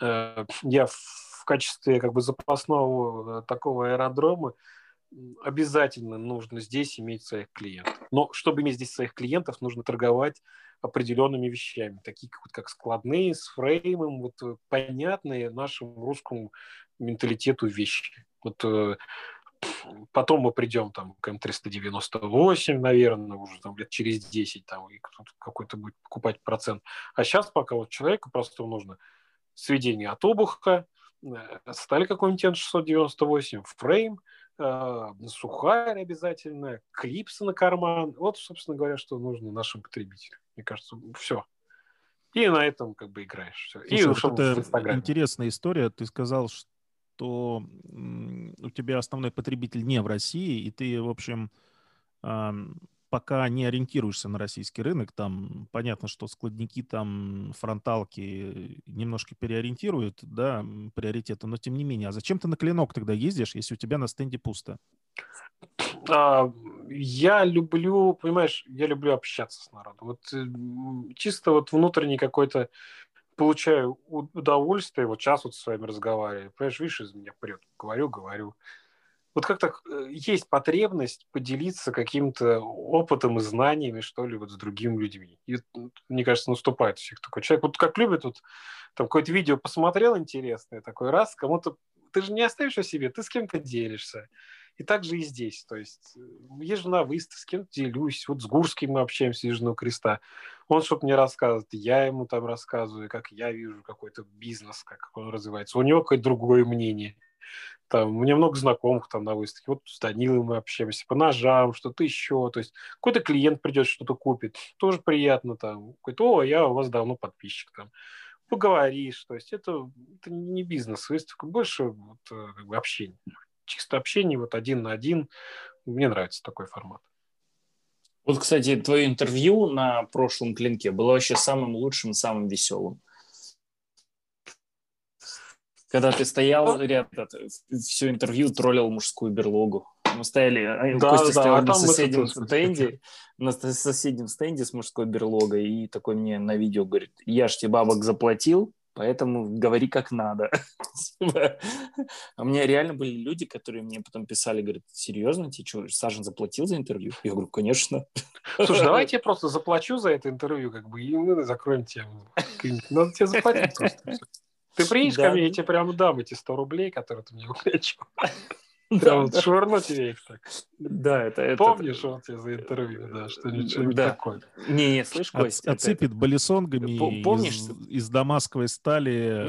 я в качестве как бы запасного такого аэродрома обязательно нужно здесь иметь своих клиентов. Но чтобы иметь здесь своих клиентов, нужно торговать определенными вещами, такие как складные, с фреймом, вот понятные нашему русскому менталитету вещи. Вот потом мы придем там, к М398, наверное, уже там, лет через 10, там, и кто-то какой-то будет покупать процент. А сейчас пока вот человеку просто нужно сведение от обуха, сталь какой-нибудь Н698, фрейм, сухарь обязательно, клипсы на карман. Вот, собственно говоря, что нужно нашим потребителям. Мне кажется, все. И на этом как бы играешь. Все. Слушай, и вот это интересная история. Ты сказал, что у тебя основной потребитель не в России, и ты, в общем, пока не ориентируешься на российский рынок. Там понятно, что складники, там фронталки немножко переориентируют, да, приоритеты, но тем не менее. А зачем ты на клинок тогда ездишь, если у тебя на стенде пусто? Я люблю, понимаешь, общаться с народом. Вот чисто вот внутренний какой-то получаю удовольствие, вот сейчас вот с вами разговариваю, понимаешь, видишь, из меня прет, говорю. Вот как-то есть потребность поделиться каким-то опытом и знаниями, что ли, вот с другими людьми. И, мне кажется, наступает у всех такой человек. Вот как любит, вот там какое-то видео посмотрел интересное, такой раз, кому-то... Ты же не оставишь о себе, ты с кем-то делишься. И так же и здесь. То есть езжу на выставке, с кем-то делюсь. Вот с Гурским мы общаемся, Южного Креста. Он что-то мне рассказывает, я ему там рассказываю, как я вижу какой-то бизнес, как он развивается. У него какое-то другое мнение. Там, у меня много знакомых там на выставке. Вот с Данилой мы общаемся по ножам, что-то еще. То есть какой-то клиент придет, что-то купит. Тоже приятно там. Какой-то, я у вас давно подписчик там. Поговоришь. То есть это не бизнес-выставка, больше вот, как бы общение. Чисто общение вот один на один. Мне нравится такой формат. Вот, кстати, твое интервью на прошлом клинке было вообще самым лучшим, самым веселым. Когда ты стоял рядом, все интервью троллил мужскую берлогу. Мы стояли, Костя стоял на соседнем стенде с мужской берлогой, и такой мне на видео говорит: я ж тебе бабок заплатил, поэтому говори как надо. А у меня реально были люди, которые мне потом писали, говорят: серьезно, тебе что, Сажен заплатил за интервью? Я говорю: конечно. Слушай, давай я тебе просто заплачу за это интервью, как бы, и мы закроем тему. Надо тебе заплатить просто. Ты приедешь ко мне, я тебе прямо дам эти 100 рублей, которые ты мне уклячил. Прям швырну тебе их так. Да, это... Помнишь, он тебе за интервью, да, что-нибудь такое. Не, слышь, Кость. Отсыпет баллисонгами из дамасковой стали.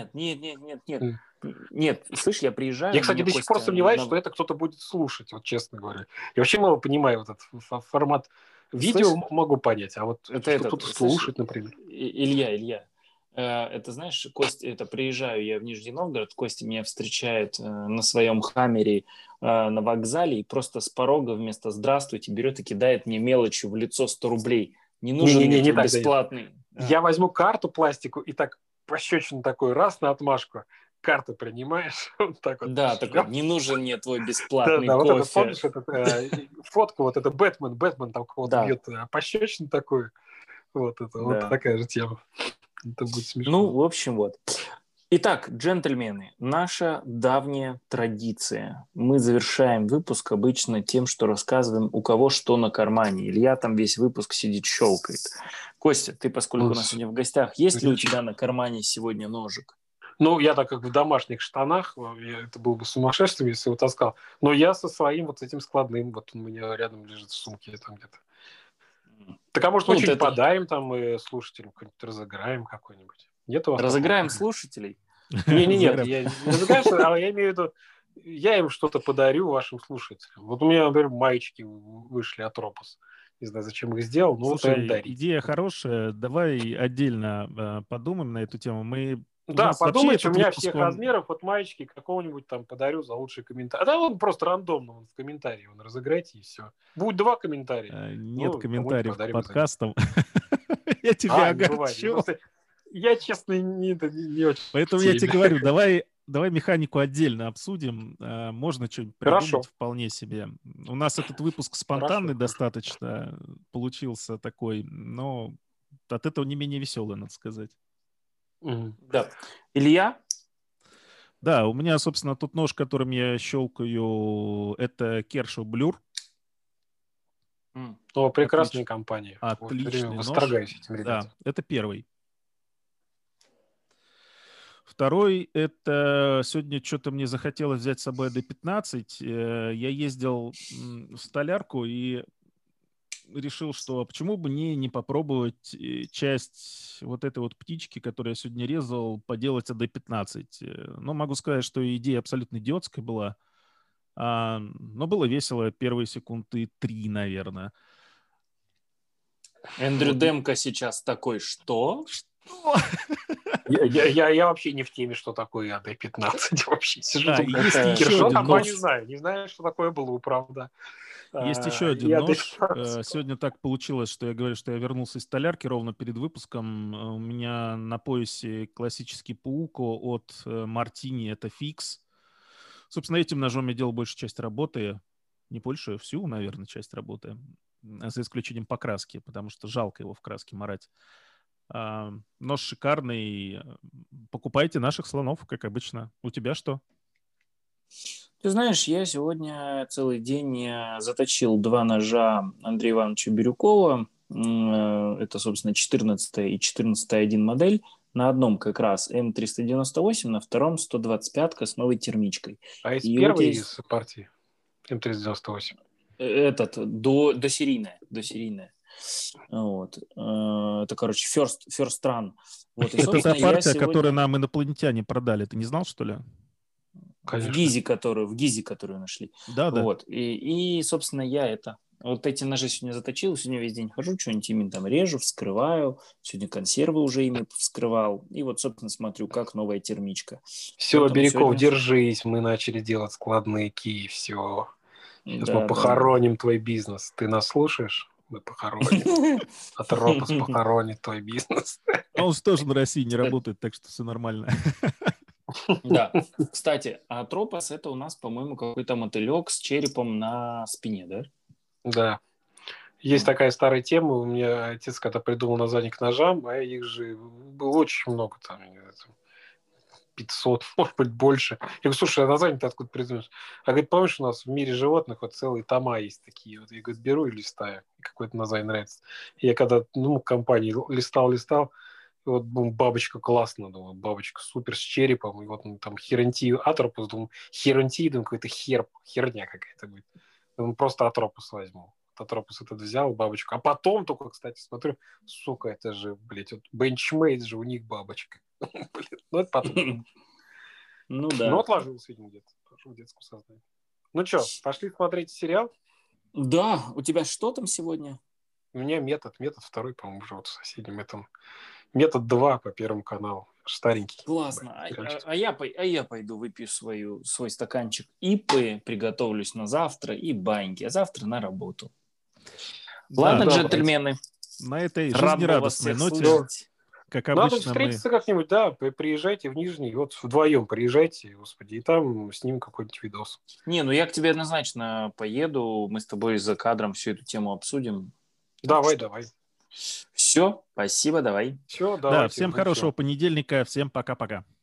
Нет, слышь, я приезжаю... Я, кстати, до сих пор сомневаюсь, что это кто-то будет слушать, вот честно говоря. Я вообще мало понимаю вот этот формат видео, могу понять, а вот это кто-то слушать, например. Илья, это, знаешь, Костя, это приезжаю я в Нижний Новгород, Костя меня встречает на своем хаммере на вокзале и просто с порога вместо «здравствуйте» берет и кидает мне мелочью в лицо 100 рублей. Не нужен мне твой бесплатный. Я возьму карту пластику и так пощечину такой раз на отмашку. Карту принимаешь, вот так вот. Да, такой: не нужен мне твой бесплатный кофе. Вот это, помнишь, фотку, вот это Бэтмен там кого-то бьет, пощечину такую. Вот это, вот такая же тема. Это будет смешно. Ну, в общем, вот. Итак, джентльмены, наша давняя традиция. Мы завершаем выпуск обычно тем, что рассказываем, у кого что на кармане. Илья там весь выпуск сидит, щелкает. Костя, ты, поскольку у нас сегодня в гостях, есть ли у тебя на кармане сегодня ножик? Ну, я так как в домашних штанах, это было бы сумасшествием, если его таскал. Но я со своим вот этим складным, вот он у меня рядом лежит в сумке там где-то. Так, а может, мы что-нибудь подарим там слушателям, какой-нибудь разыграем какой-нибудь? Нет у вас разыграем слушателей? Нет, я не разыграю, а я имею в виду, я им что-то подарю вашим слушателям. Вот у меня, например, маечки вышли от Ропос. Не знаю, зачем их сделал, но слушай, вот им дарить. Идея хорошая. Давай отдельно подумаем на эту тему. Да, подумайте, у меня всех размеров, вот маечки какого-нибудь там подарю за лучший комментарий. А да, он просто рандомно в комментарии, разыграйте и все. Будет 2 комментария. Нет комментариев к подкастам. Я тебя огорчу. Я, честно, не очень... Поэтому я тебе говорю, давай механику отдельно обсудим. Можно что-нибудь придумать вполне себе. У нас этот выпуск спонтанный достаточно получился такой, но от этого не менее веселый, надо сказать. Да. Илья? Да, у меня, собственно, тот нож, которым я щелкаю, это Kershaw Blur. О, прекрасная компания. Отличный нож. Восторгаюсь этим ребятам. Да, это первый. Второй, это сегодня что-то мне захотелось взять с собой AD15. Я ездил в столярку и решил, что почему бы мне не попробовать часть вот этой вот птички, которую я сегодня резал, поделать AD15. Но могу сказать, что идея абсолютно идиотская была. Но было весело первые секунды 3, наверное. Эндрю Демко сейчас такой: что? Я вообще не в теме, что такое AD15. Вообще сижу. Не знаю, что такое было, правда. Есть еще один нож. Сегодня так получилось, что я говорю, что я вернулся из столярки ровно перед выпуском. У меня на поясе классический Пауко от Мартини, это фикс. Собственно, этим ножом я делал большую часть работы. Не большую, всю, наверное, часть работы. За исключением покраски, потому что жалко его в краске марать. Нож шикарный. Покупайте наших слонов, как обычно. У тебя что? Ты знаешь, я сегодня целый день заточил 2 ножа Андрея Ивановича Бирюкова. Это, собственно, 14 и 14.1 модель. На одном как раз М398, на втором 125 с новой термичкой. А есть первый из партии М398? Этот, досерийная. Вот. Это, короче, first run. Вот. И, это та партия, которую нам инопланетяне продали. Ты не знал, что ли? Конечно. В Гизе, которую нашли. Да. Вот. И, собственно, я вот эти ножи сегодня заточил, сегодня весь день хожу, что-нибудь ими там режу, вскрываю. Сегодня консервы уже ими вскрывал. И вот, собственно, смотрю, как новая термичка. Все, Бирюков, держись. Мы начали делать складные ки, все. Сейчас мы похороним твой бизнес. Ты нас слушаешь? Мы похороним. От Ропос похоронит твой бизнес. Он тоже на России не работает, так что все нормально. Да. Кстати, Атропос это у нас, по-моему, какой-то мотылек с черепом на спине, да? Да. Есть такая старая тема. У меня отец когда придумал название к ножам, а их же было очень много там. 500, может быть, больше. Я говорю, слушай, а название ты откуда придумаешь? А говорит, помнишь, у нас в мире животных вот целые тома есть такие. Вот я, говорит, беру и листаю. Какое-то название нравится. Я когда, в компании листал, и вот бабочка классно, думаю, бабочка супер с черепом, и вот там хиронтию атропус, думаю, хиронтию, думаю, какой-то херня какая-то будет. Думаю, просто атропус возьму. Атропус этот взял, бабочку. А потом только, кстати, смотрю, сука, это же, блядь, вот Benchmade же у них бабочка. Блин, ну это потом. Ну да. Ну отложился, видимо, где-то в детском сознании. Ну что, пошли смотреть сериал? Да, у тебя что там сегодня? У меня метод второй, по-моему, уже вот в соседнем этом. Метод 2 по Первому каналу. Старенький. Классно. А я пойду выпью свой стаканчик ипы, приготовлюсь на завтра и баньки. А завтра на работу. Ладно, да, джентльмены. На этой жизнерадостной ноте, как обычно, надо встретиться как-нибудь, да, приезжайте в Нижний, вот вдвоем приезжайте, господи, и там снимем какой-нибудь видос. Не, ну я к тебе однозначно поеду, мы с тобой за кадром всю эту тему обсудим. Давай. Все, спасибо, давай. Все, давайте. Да, всем хорошего понедельника, всем пока-пока.